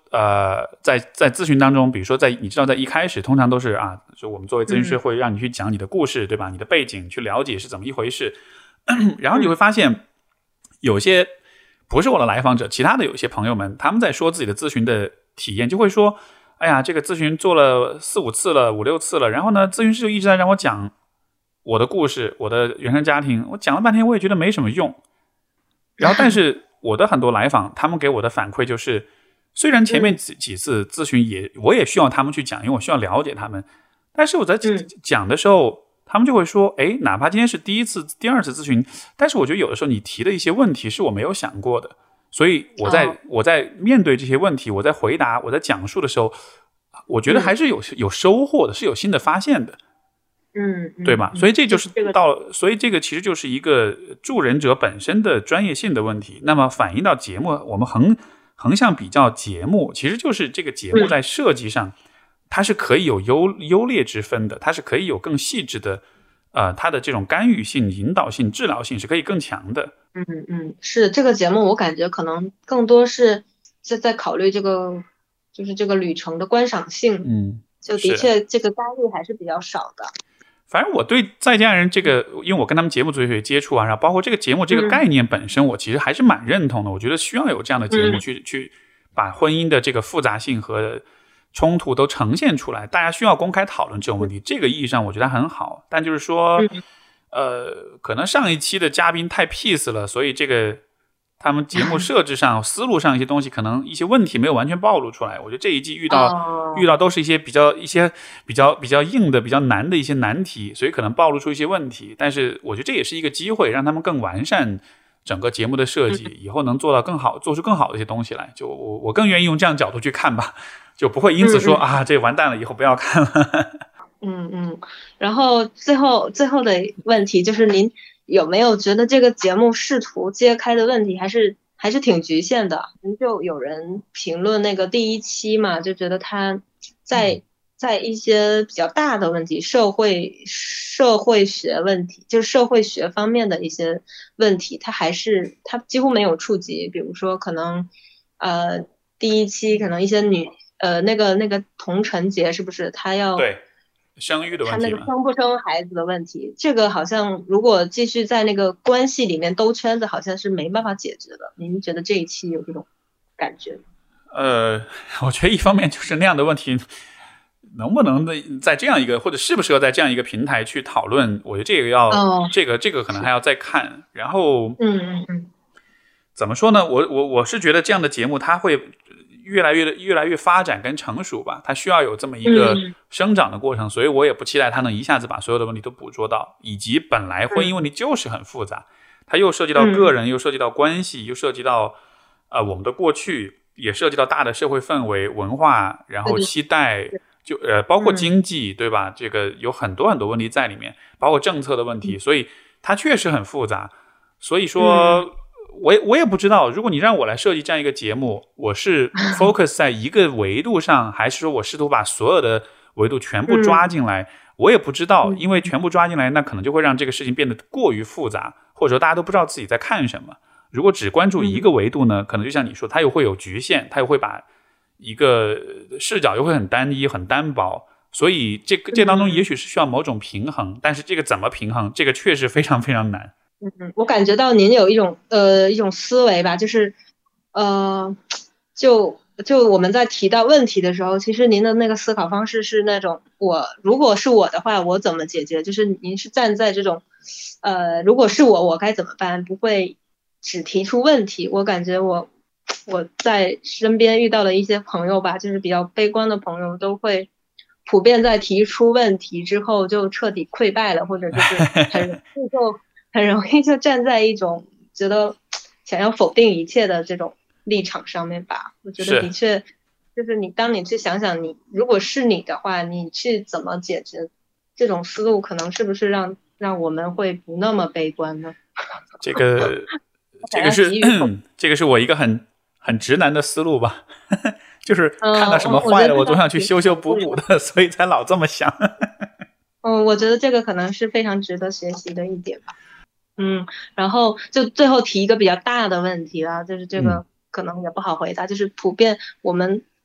[SPEAKER 1] 呃，在在咨询当中，比如说在你知道在一开始，通常都是啊，就我们作为咨询师会让你去讲你的故事，嗯、对吧？你的背景，去了解是怎么一回事。然后你会发现，有些不是我的来访者，其他的有些朋友们，他们在说自己的咨询的体验，就会说：“哎呀，这个咨询做了四五次了，五六次了，然后呢，咨询师就一直在让我讲我的故事，我的原生家庭，我讲了半天，我也觉得没什么用。然后，但是我的很多来访，他们给我的反馈就是。”虽然前面几几次咨询也我也需要他们去讲，因为我需要了解他们，但是我在讲的时候，他们就会说，诶，哪怕今天是第一次、第二次咨询，但是我觉得有的时候你提的一些问题是我没有想过的，所以我在、哦、我在面对这些问题，我在回答、我在讲述的时候，我觉得还是有有收获的，是有新的发现的。
[SPEAKER 2] 嗯，
[SPEAKER 1] 对吧？所以这就是到，所以这个其实就是一个助人者本身的专业性的问题。那么反映到节目，我们横横向比较节目，其实就是这个节目在设计上，它是可以有优优劣之分的，它是可以有更细致的，呃，它的这种干预性、引导性、治疗性是可以更强的。
[SPEAKER 2] 嗯嗯，是这个节目，我感觉可能更多是在在考虑这个，就是这个旅程的观赏性。
[SPEAKER 1] 嗯，
[SPEAKER 2] 就的确这个干预还是比较少的。
[SPEAKER 1] 反正我对在家人这个，因为我跟他们节目组有接触啊，然后包括这个节目这个概念本身，我其实还是蛮认同的。我觉得需要有这样的节目去、嗯、去把婚姻的这个复杂性和冲突都呈现出来，大家需要公开讨论这种问题。这个意义上，我觉得很好。但就是说，呃，可能上一期的嘉宾太 peace 了，所以这个他们节目设置上、思路上一些东西，可能一些问题没有完全暴露出来。我觉得这一季遇到、oh. 遇到都是一些比较一些比较比较硬的、比较难的一些难题，所以可能暴露出一些问题。但是我觉得这也是一个机会，让他们更完善整个节目的设计，以后能做到更好，做出更好的一些东西来。就我我更愿意用这样的角度去看吧，就不会因此说、嗯、啊，这完蛋了，以后不要看了。
[SPEAKER 2] 嗯嗯。然后最后最后的问题就是您。有没有觉得这个节目试图揭开的问题还是还是挺局限的？就有人评论那个第一期嘛，就觉得他在在一些比较大的问题，社会社会学问题，就是社会学方面的一些问题，他还是他几乎没有触及。比如说，可能呃第一期可能一些女呃那个那个童晨杰是不是他要
[SPEAKER 1] 对。生育的问题，
[SPEAKER 2] 他那个生不生孩子的问题，这个好像如果继续在那个关系里面兜圈子，好像是没办法解决的。您觉得这一期有这种感觉？
[SPEAKER 1] 呃，我觉得一方面就是那样的问题，能不能在这样一个或者适不适合在这样一个平台去讨论？我觉得这个要，哦、这个这个可能还要再看。然后，
[SPEAKER 2] 嗯嗯嗯，
[SPEAKER 1] 怎么说呢？我我我是觉得这样的节目它会。越来越越来越发展跟成熟吧，它需要有这么一个生长的过程、嗯、所以我也不期待它能一下子把所有的问题都捕捉到，以及本来婚姻问题就是很复杂，它又涉及到个人、嗯、又涉及到关系，又涉及到呃我们的过去，也涉及到大的社会氛围文化，然后期待就呃包括经济、嗯、对吧，这个有很多很多问题在里面，包括政策的问题、嗯、所以它确实很复杂，所以说、嗯我也我也不知道，如果你让我来设计这样一个节目，我是 focus 在一个维度上，还是说我试图把所有的维度全部抓进来、嗯、我也不知道，因为全部抓进来那可能就会让这个事情变得过于复杂，或者说大家都不知道自己在看什么。如果只关注一个维度呢，可能就像你说，它又会有局限，它又会把一个视角又会很单一很单薄，所以这个这当中也许是需要某种平衡，但是这个怎么平衡，这个确实非常非常难。
[SPEAKER 2] 嗯，我感觉到您有一种呃一种思维吧，就是呃就就我们在提到问题的时候，其实您的那个思考方式是那种我如果是我的话我怎么解决，就是您是站在这种呃如果是我我该怎么办，不会只提出问题。我感觉我我在身边遇到的一些朋友吧，就是比较悲观的朋友，都会普遍在提出问题之后就彻底溃败了，或者就是很容易就很容易就站在一种觉得想要否定一切的这种立场上面吧。我觉得的确就是你当你去想想你如果是你的话，你去怎么解决，这种思路可能是不是让让我们会不那么悲观呢？
[SPEAKER 1] 这个这个是这个是我一个很很直男的思路吧，就是看到什么坏了、嗯、我总想去修修补补的，所以才老这么想。
[SPEAKER 2] 嗯，我觉得这个可能是非常值得学习的一点吧。嗯，然后就最后提一个比较大的问题啦，就是这个可能也不好回答、嗯、就是普遍我们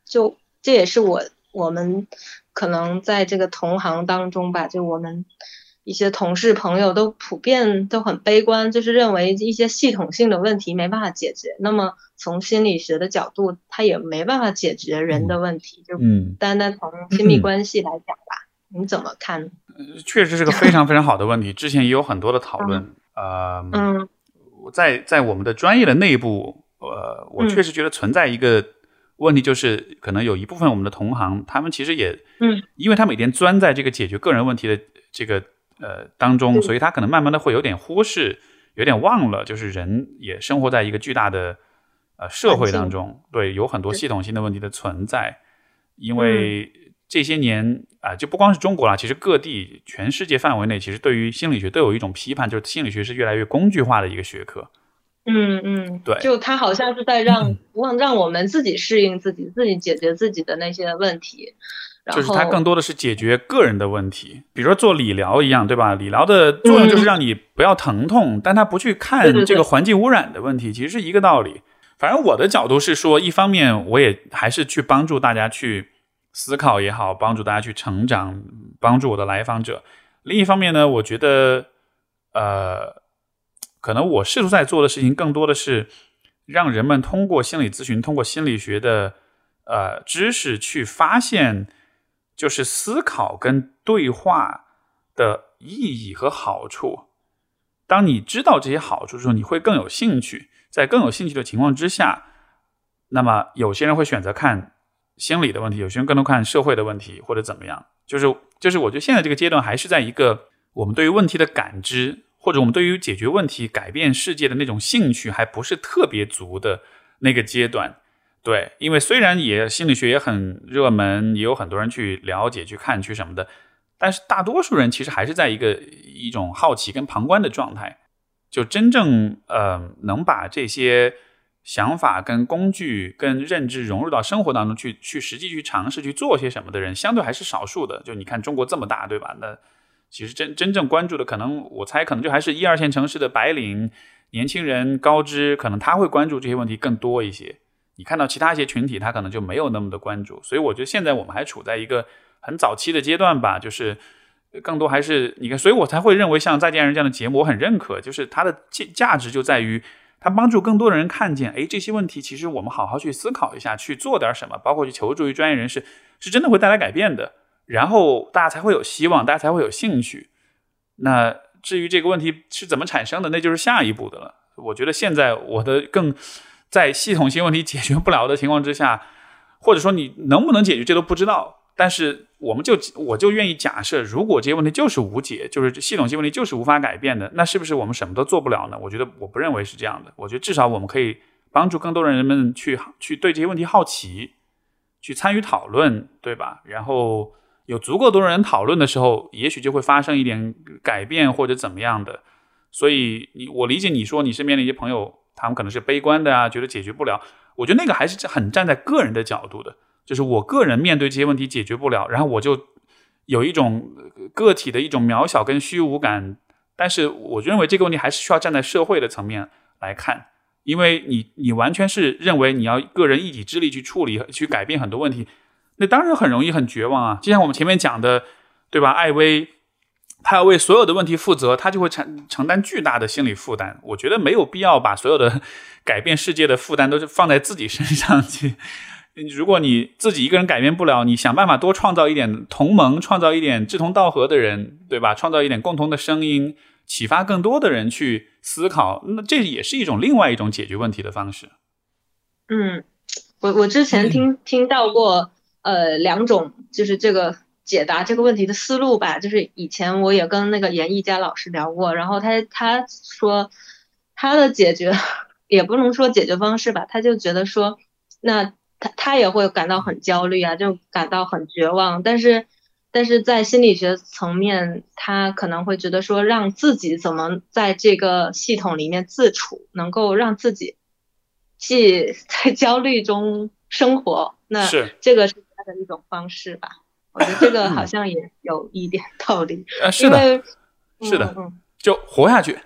[SPEAKER 2] 就这也是我我们可能在这个同行当中吧，就我们一些同事朋友都普遍都很悲观，就是认为一些系统性的问题没办法解决。那么从心理学的角度，它也没办法解决人的问题，就单单从亲密关系来讲吧，嗯、你怎么看？
[SPEAKER 1] 确实是个非常非常好的问题，之前也有很多的讨论。呃，
[SPEAKER 2] 嗯，
[SPEAKER 1] 在在我们的专业的内部，呃，我确实觉得存在一个问题，就是可能有一部分我们的同行，他们其实也，
[SPEAKER 2] 嗯，
[SPEAKER 1] 因为他每天钻在这个解决个人问题的这个呃当中，所以他可能慢慢的会有点忽视，有点忘了，就是人也生活在一个巨大的呃社会当中，对，有很多系统性的问题的存在，因为这些年啊、呃，就不光是中国啦，其实各地、全世界范围内，其实对于心理学都有一种批判，就是心理学是越来越工具化的一个学科。
[SPEAKER 2] 嗯嗯，
[SPEAKER 1] 对，
[SPEAKER 2] 就他好像是在让让、嗯、让我们自己适应自己，自己解决自己的那些问题。然后
[SPEAKER 1] 就是它更多的是解决个人的问题，比如说做理疗一样，对吧？理疗的作用就是让你不要疼痛，嗯、但他不去看这个环境污染的问题，对对对，其实是一个道理。反正我的角度是说，一方面我也还是去帮助大家去思考也好，帮助大家去成长，帮助我的来访者。另一方面呢，我觉得呃，可能我试图在做的事情更多的是让人们通过心理咨询，通过心理学的呃知识去发现就是思考跟对话的意义和好处。当你知道这些好处的时候，你会更有兴趣，在更有兴趣的情况之下，那么有些人会选择看心理的问题，有些人更多看社会的问题，或者怎么样。就是就是我觉得现在这个阶段还是在一个我们对于问题的感知，或者我们对于解决问题、改变世界的那种兴趣还不是特别足的那个阶段。对，因为虽然也心理学也很热门，也有很多人去了解、去看、去什么的，但是大多数人其实还是在一个一种好奇跟旁观的状态。就真正呃能把这些想法跟工具跟认知融入到生活当中去，去实际去尝试去做些什么的人，相对还是少数的。就你看中国这么大，对吧？那其实真真正关注的，可能我猜可能就还是一二线城市的白领年轻人、高知，可能他会关注这些问题更多一些。你看到其他一些群体，他可能就没有那么的关注。所以我觉得现在我们还处在一个很早期的阶段吧，就是更多还是你看，所以我才会认为像再见爱人这样的节目我很认可，就是它的价值就在于它帮助更多的人看见，诶，这些问题其实我们好好去思考一下，去做点什么，包括去求助于专业人士，是真的会带来改变的，然后大家才会有希望，大家才会有兴趣。那至于这个问题是怎么产生的，那就是下一步的了。我觉得现在我的更在系统性问题解决不了的情况之下，或者说你能不能解决这都不知道，但是我们就我就愿意假设，如果这些问题就是无解，就是系统性问题就是无法改变的，那是不是我们什么都做不了呢？我觉得我不认为是这样的。我觉得至少我们可以帮助更多人们去去对这些问题好奇，去参与讨论，对吧？然后有足够多人讨论的时候，也许就会发生一点改变或者怎么样的。所以你我理解你说你身边的一些朋友，他们可能是悲观的啊，觉得解决不了。我觉得那个还是很站在个人的角度的，就是我个人面对这些问题解决不了，然后我就有一种个体的一种渺小跟虚无感。但是我认为这个问题还是需要站在社会的层面来看，因为你你完全是认为你要个人一己之力去处理去改变很多问题，那当然很容易很绝望啊。就像我们前面讲的，对吧？艾薇他要为所有的问题负责，他就会承承担巨大的心理负担。我觉得没有必要把所有的改变世界的负担都是放在自己身上去。如果你自己一个人改变不了，你想办法多创造一点同盟，创造一点志同道合的人，对吧？创造一点共同的声音，启发更多的人去思考，那这也是一种另外一种解决问题的方式。
[SPEAKER 2] 嗯，我我之前听、嗯、听到过呃两种，就是这个解答这个问题的思路吧。就是以前我也跟那个严艺佳老师聊过，然后他他说他的解决也不能说解决方式吧，他就觉得说那他他也会感到很焦虑啊，就感到很绝望，但是但是在心理学层面，他可能会觉得说让自己怎么在这个系统里面自处，能够让自己既在焦虑中生活，那这个是他的一种方式吧。我觉得这个好像也有一点道理。
[SPEAKER 1] 呃，是的，是的、嗯嗯，就活下去，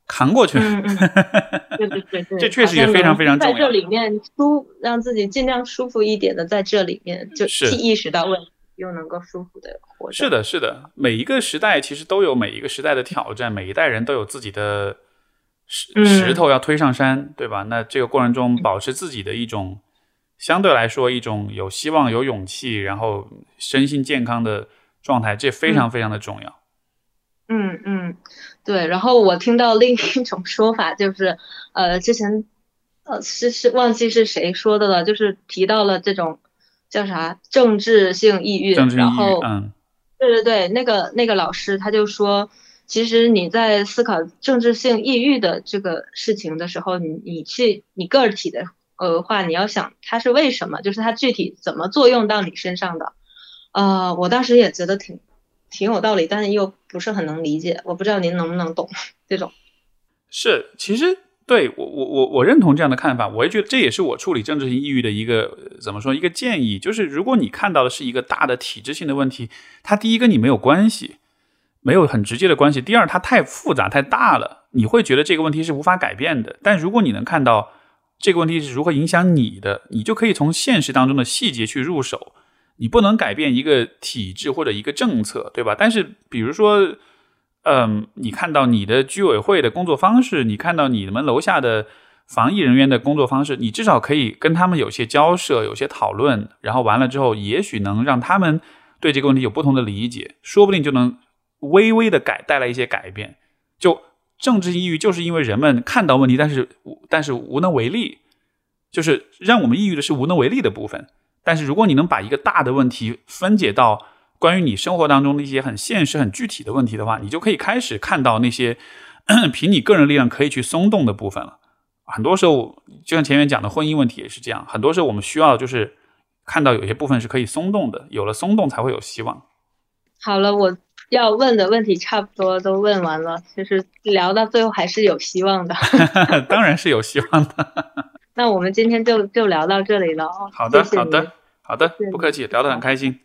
[SPEAKER 1] 扛过去。
[SPEAKER 2] 嗯嗯，对对对对，
[SPEAKER 1] 这确实也非常非常重要。
[SPEAKER 2] 在这里面舒，让自己尽量舒服一点的，在这里面就既意识到问题，又能够舒服的活着。
[SPEAKER 1] 是的，是的，每一个时代其实都有每一个时代的挑战，每一代人都有自己的石石头要推上山，嗯、对吧？那这个过程中保持自己的一种相对来说一种有希望、有勇气，然后身心健康的状态，这非常非常的重要。
[SPEAKER 2] 嗯嗯，对。然后我听到另一种说法，就是呃，之前呃是是忘记是谁说的了，就是提到了这种叫啥政治性抑郁，
[SPEAKER 1] 政治抑郁，
[SPEAKER 2] 然后
[SPEAKER 1] 嗯，
[SPEAKER 2] 对对对，那个那个老师他就说，其实你在思考政治性抑郁的这个事情的时候，你你去你个体的呃话，你要想它是为什么，就是它具体怎么作用到你身上的。呃，我当时也觉得挺。挺有道理，但是又不是很能理解，我不知道您能不能懂这种。
[SPEAKER 1] 是，其实对我我我我认同这样的看法，我也觉得这也是我处理政治性抑郁的一个怎么说一个建议，就是如果你看到的是一个大的体制性的问题，它第一跟你没有关系，没有很直接的关系；第二，它太复杂太大了，你会觉得这个问题是无法改变的。但如果你能看到这个问题是如何影响你的，你就可以从现实当中的细节去入手。你不能改变一个体制或者一个政策，对吧？但是比如说嗯，你看到你的居委会的工作方式，你看到你们楼下的防疫人员的工作方式，你至少可以跟他们有些交涉，有些讨论，然后完了之后也许能让他们对这个问题有不同的理解，说不定就能微微的改带来一些改变。就政治抑郁就是因为人们看到问题但是但是无能为力，就是让我们抑郁的是无能为力的部分。但是如果你能把一个大的问题分解到关于你生活当中的一些很现实很具体的问题的话，你就可以开始看到那些凭你个人力量可以去松动的部分了。很多时候就像前面讲的婚姻问题也是这样，很多时候我们需要就是看到有些部分是可以松动的，有了松动才会有希望。
[SPEAKER 2] 好了，我要问的问题差不多都问完了，其实聊到最后还是有希望的。
[SPEAKER 1] 当然是有希望的。
[SPEAKER 2] 那我们今天就就聊到这里了。
[SPEAKER 1] 好的，
[SPEAKER 2] 谢谢
[SPEAKER 1] 好的，好的，
[SPEAKER 2] 谢谢
[SPEAKER 1] 不客气，聊得很开心。